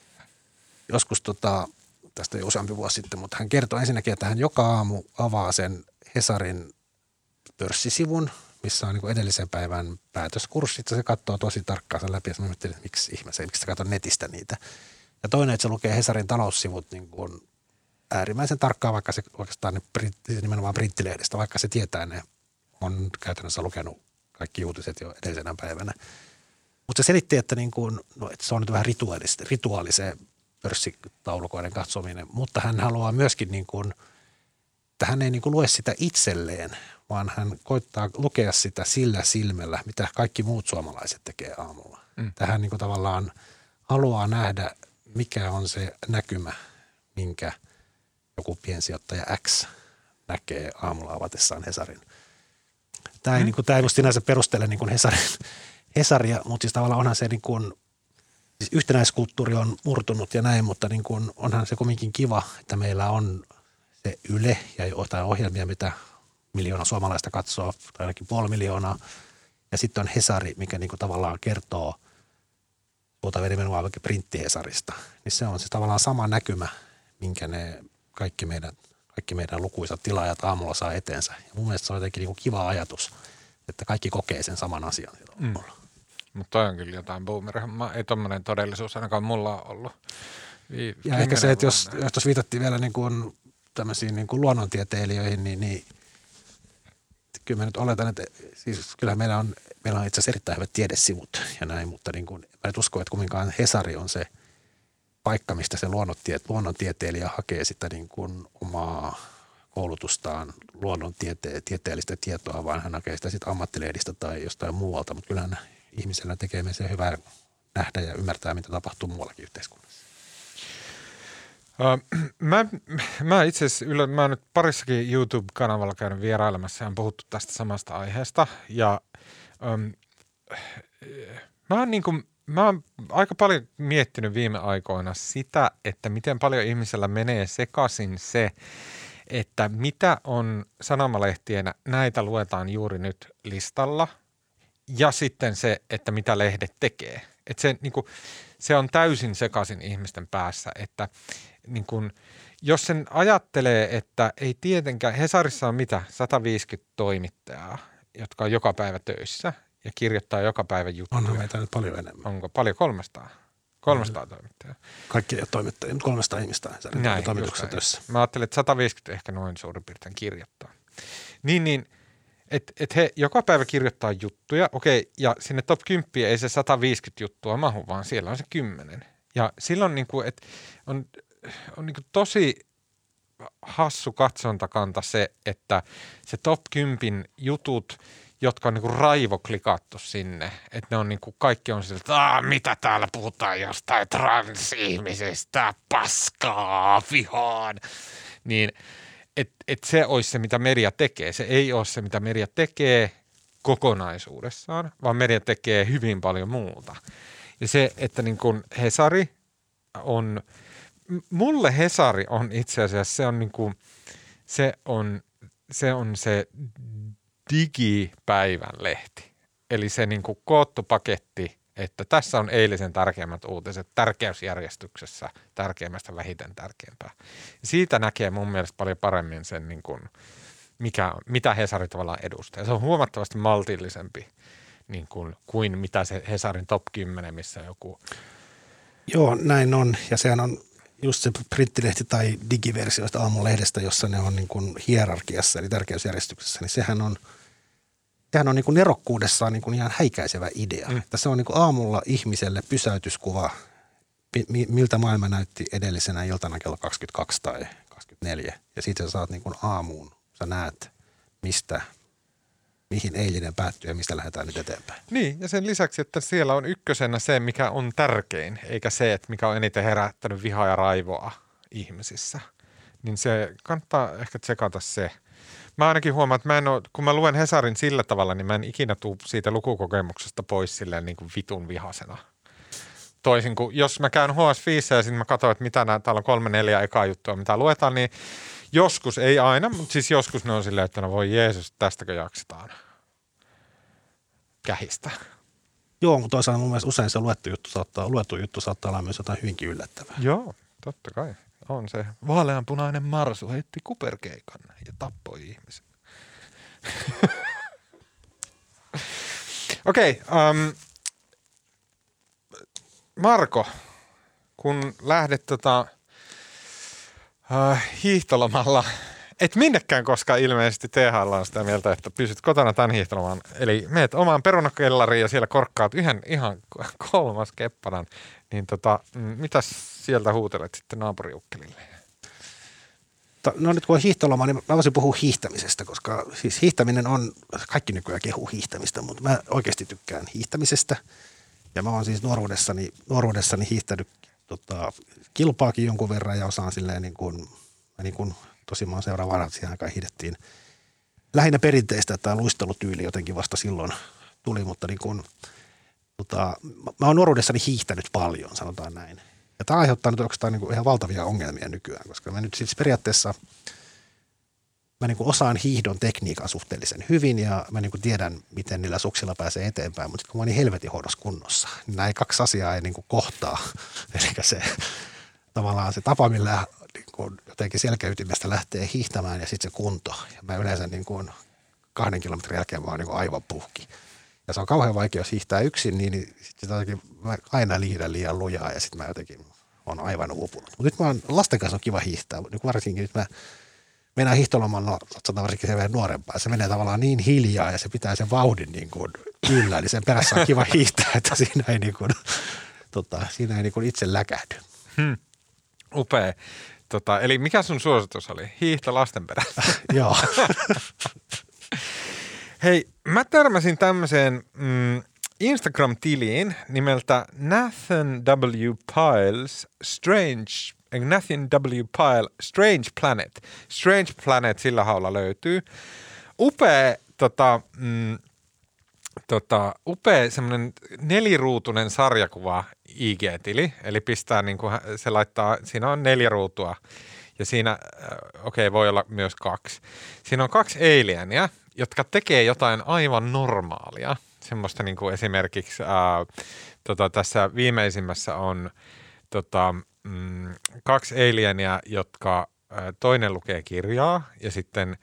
joskus tästä jo useampi vuosi sitten, mutta hän kertoi ensinnäkin, että hän joka aamu avaa sen Hesarin pörssisivun, missä on niin kuin edellisen päivän päätöskurssit, ja se katsoo tosi tarkkaan sen läpi, ja mä ajattelin, että miksi ihmeessä, miksi sä katsot netistä niitä. Ja toinen, että se lukee Hesarin taloussivut niin kuin äärimmäisen tarkkaan, vaikka se oikeastaan nimenomaan printtilehdestä, vaikka se tietää ne, on käytännössä lukenut kaikki uutiset jo edellisenä päivänä. Mutta se selitti, että, niin kuin, että se on nyt vähän rituaalisen pörssitaulukoiden katsominen, mutta hän haluaa myöskin, niin kuin, että hän ei niin kuin lue sitä itselleen, vaan hän koittaa lukea sitä sillä silmällä, mitä kaikki muut suomalaiset tekee aamulla. Tähän niin kuin tavallaan haluaa nähdä, mikä on se näkymä, minkä joku piensijoittaja X näkee aamulla avatessaan Hesarin. Tämä ei just sinänsä perustele niin kuin Hesaria, mutta siis tavallaan onhan se niin kuin, siis yhtenäiskulttuuri on murtunut ja näin, mutta niin kuin onhan se kumminkin kiva, että meillä on se Yle ja jotain ohjelmia, mitä 1 miljoona suomalaista katsoo, tai ainakin 500 000. Ja sitten on Hesari, mikä niin kuin tavallaan kertoo, puhutaan nimenomaan vaikka printti-Hesarista, niin se on siis tavallaan sama näkymä, minkä ne kaikki meidän lukuisat tilaajat aamulla saa eteensä. Ja mun mielestä se on jotenkin niin kuin kiva ajatus, että kaikki kokee sen saman asian. Mutta toi on kyllä jotain boomerihommaa. Ei tommoinen todellisuus ainakaan mulla ole ollut. Ja ehkä se, että jos viitattiin vielä niin kuin tämmöisiin niin kuin luonnontieteilijöihin, niin kyllä mä nyt oletan, että siis kyllähän meillä on itse asiassa erittäin hyvät tiedesivut ja näin, mutta niin kuin, mä et usko, että kumminkaan Hesari on se paikka, mistä se luonnontieteilijä hakee sitä niin kuin omaa koulutustaan, luonnontieteellistä tietoa, vaan hän hakee sitä sitten ammattilehdistä tai jostain muualta, mutta kyllähän ihmisellä tekee meistä hyvää nähdä ja ymmärtää, mitä tapahtuu muuallakin yhteiskunnassa. Mä itse asiassa, mä oon nyt parissakin YouTube-kanavalla käynyt vierailemassa ja on puhuttu tästä samasta aiheesta ja mä oon aika paljon miettinyt viime aikoina sitä, että miten paljon ihmisellä menee sekaisin se, että mitä on sanomalehtienä, näitä luetaan juuri nyt listalla ja sitten se, että mitä lehdet tekee. Että se on täysin sekaisin ihmisten päässä, että niin kuin, jos sen ajattelee, että ei tietenkään, Hesarissa on mitä, 150 toimittajaa, jotka on joka päivä töissä ja kirjoittaa joka päivä juttuja. Onhan meitä nyt paljon enemmän. Onko paljon? 300? 300 toimittajaa. Kaikki toimittajia, mutta 300 ihmistä Hesarin toimituksessa töissä. Mä ajattelin, että 150 ehkä noin suurin piirtein kirjoittaa. Niin että he joka päivä kirjoittaa juttuja, okei, ja sinne top 10 ei se 150 juttua mahu, vaan siellä on se 10. Ja silloin niin kuin, että on niin kuin tosi hassu katsontakanta se, että se top 10 jutut, jotka on niin kuin raivoklikattu sinne, että ne on niin kuin, kaikki on sillä, että mitä täällä puhutaan jostain transihmisestä, paskaa, vihaan, niin että se olisi se, mitä media tekee. Se ei ole se, mitä media tekee kokonaisuudessaan, vaan media tekee hyvin paljon muuta. Ja se, että niin kuin Hesari on, mulle Hesari on itse asiassa, se on niin kuin, se on se digipäivän lehti. Eli se niin kuin koottu paketti, että tässä on eilisen tärkeimmät uutiset tärkeysjärjestyksessä tärkeimmästä vähiten tärkeämpää. Siitä näkee mun mielestä paljon paremmin sen, niin kuin, mitä Hesari tavallaan edustaa. Ja se on huomattavasti maltillisempi niin kuin mitä se Hesarin top 10, missä joku... Joo, näin on. Ja sehän on just se printtilehti tai digiversioista Aamulehdestä, jossa ne on niin kuin hierarkiassa, eli tärkeysjärjestyksessä, niin sehän on niin kuin nerokkuudessaan niin kuin ihan häikäisevä idea. Että se on niin kuin aamulla ihmiselle pysäytyskuva, miltä maailma näytti edellisenä iltana kello 22 tai 24. Ja sitten sä saat niin kuin aamuun, sä näet, mihin eilinen päättyy ja mistä lähdetään nyt eteenpäin. Niin, ja sen lisäksi, että siellä on ykkösenä se, mikä on tärkein, eikä se, että mikä on eniten herättänyt vihaa ja raivoa ihmisissä. Niin se kannattaa ehkä tsekata se. Mä ainakin huomaan, että kun mä luen Hesarin sillä tavalla, niin mä en ikinä tule siitä lukukokemuksesta pois silleen niin kuin vitun vihasena. Toisin kuin, jos mä käyn HS5 ja sitten mä katson, että mitä täällä on 3-4 ekaa juttua, mitä luetaan, niin joskus, ei aina, mutta siis joskus ne on silleen, että no voi Jeesus, tästäkö jaksetaan kähistä. Joo, mutta toisaalta mun mielestä usein se luettu juttu saattaa olla myös jotain hyvinkin yllättävää. Joo, totta kai. On se. Vaaleanpunainen marsu heitti kuperkeikan ja tappoi ihmisen. Okei. Marko, kun lähdet hiihtolomalla, et minnekään koskaan ilmeisesti THL on sitä mieltä, että pysyt kotona tämän hiihtoloman. Eli meet omaan perunakellariin ja siellä korkkaat yhden ihan kolmas keppanan. Niin mitäs sieltä huutelet sitten naapuriukkelille? No nyt kun on hiihtoloma, niin mä voisin puhua hiihtämisestä, koska siis hiihtäminen on, kaikki nykyään kehuu hiihtämistä, mutta mä oikeasti tykkään hiihtämisestä. Ja mä oon siis nuoruudessani hiihtänyt kilpaakin jonkun verran ja osaan silleen niin kuin tosi mä oon seuraavana, siihen aikaan hiihdettiin lähinnä perinteistä, että tämä luistelutyyli jotenkin vasta silloin tuli, mutta niin kuin, mä oon nuoruudessani hiihtänyt paljon, sanotaan näin. Ja tämä aiheuttaa nyt oikeastaan niin kuin ihan valtavia ongelmia nykyään, koska mä nyt siis periaatteessa mä niin kuin osaan hiihdon tekniikan suhteellisen hyvin ja mä niin kuin tiedän, miten niillä suksilla pääsee eteenpäin, mutta kun mä oon niin helvetin hoidossa kunnossa, niin nämä kaksi asiaa ei niin kuin kohtaa. Eli se tavallaan se tapa, millä niin kuin jotenkin selkäytimestä lähtee hiihtämään ja sitten se kunto. Ja mä yleensä niin kuin 2 kilometrin jälkeen mä oon niin kuin aivan puhki. Ja se on kauhean vaikea, jos hiihtää yksin, niin sitten jotenkin mä aina liian lujaa ja sitten mä jotenkin on aivan uupunut. Mutta nyt mä oon, lasten kanssa on kiva hiihtää, niin varsinkin nyt mä mennään hiihtolomalla, sanotaan varsinkin se vähän nuorempaa, se menee tavallaan niin hiljaa ja se pitää sen vauhdin niin kuin yllä, niin sen perässä on kiva hiihtää, että siinä ei niin kuin itse läkähdy. Upea. Eli mikä sun suositus oli? Hiihto lasten perässä. Joo. Hei, mä törmäsin tämmöiseen Instagram-tiliin nimeltä Nathan W. Pyle's Nathan W. Pyle Strange Planet. Strange Planet sillä haulla löytyy. Upea, upea semmoinen 4-ruutunen sarjakuva IG-tili. Eli pistää niinku, se laittaa, siinä on 4 ruutua ja siinä, voi olla myös 2. Siinä on 2 alienia, jotka tekee jotain aivan normaalia. Semmoista niin kuin esimerkiksi tässä viimeisimmässä on 2 alienia, jotka toinen lukee kirjaa ja sitten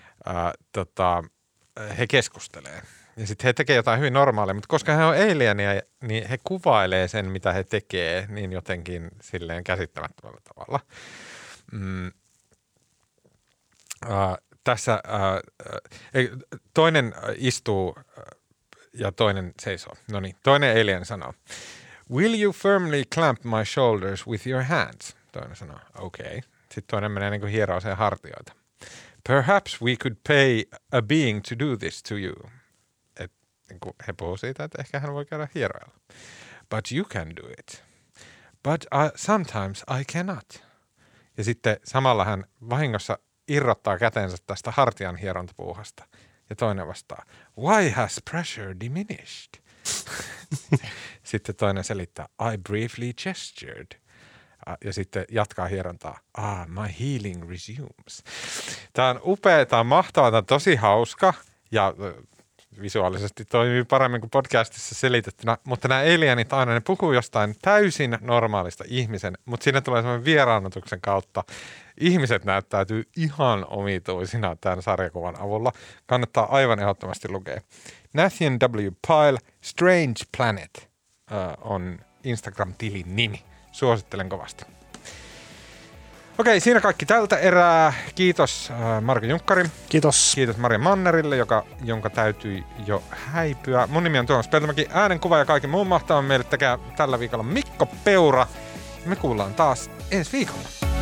he keskustelee. Ja sitten he tekee jotain hyvin normaalia, mutta koska he on alienia, niin he kuvailee sen, mitä he tekee, niin jotenkin silleen käsittämättömällä tavalla. tässä toinen istuu ja toinen seisoo. No niin, toinen alien sanoo, will you firmly clamp my shoulders with your hands? Toinen sanoo, okay. Sitten toinen menee niin kuin hieroiseen hartioita. Perhaps we could pay a being to do this to you. Et, niin kuin he puhuu siitä, että ehkä hän voi käydä hieroilla. But you can do it. But sometimes I cannot. Ja sitten samalla hän vahingossa irrottaa kätensä tästä hartian hierontapuuhasta. Ja toinen vastaa, why has pressure diminished? Sitten toinen selittää, I briefly gestured. Ja sitten jatkaa hierontaa, my healing resumes. Tämä on upea, tämä on mahtavaa, tämä on tosi hauska ja visuaalisesti toimii paremmin kuin podcastissa selitettynä, mutta nämä alienit aina, ne puhuu jostain täysin normaalista ihmisen, mutta siinä tulee semmoinen vieraannutuksen kautta. Ihmiset näyttäytyy ihan omituisina tämän sarjakuvan avulla. Kannattaa aivan ehdottomasti lukea. Nathan W. Pyle, Strange Planet on Instagram-tilin nimi. Suosittelen kovasti. Okei, siinä kaikki tältä erää. Kiitos Marko Junkkari. Kiitos. Kiitos Maria Mannerille, jonka täytyi jo häipyä. Mun nimi on Tuomas Peltomäki. Äänenkuva ja kaiken muun mahtavan meille tekee tällä viikolla Mikko Peura. Me kuullaan taas ensi viikolla.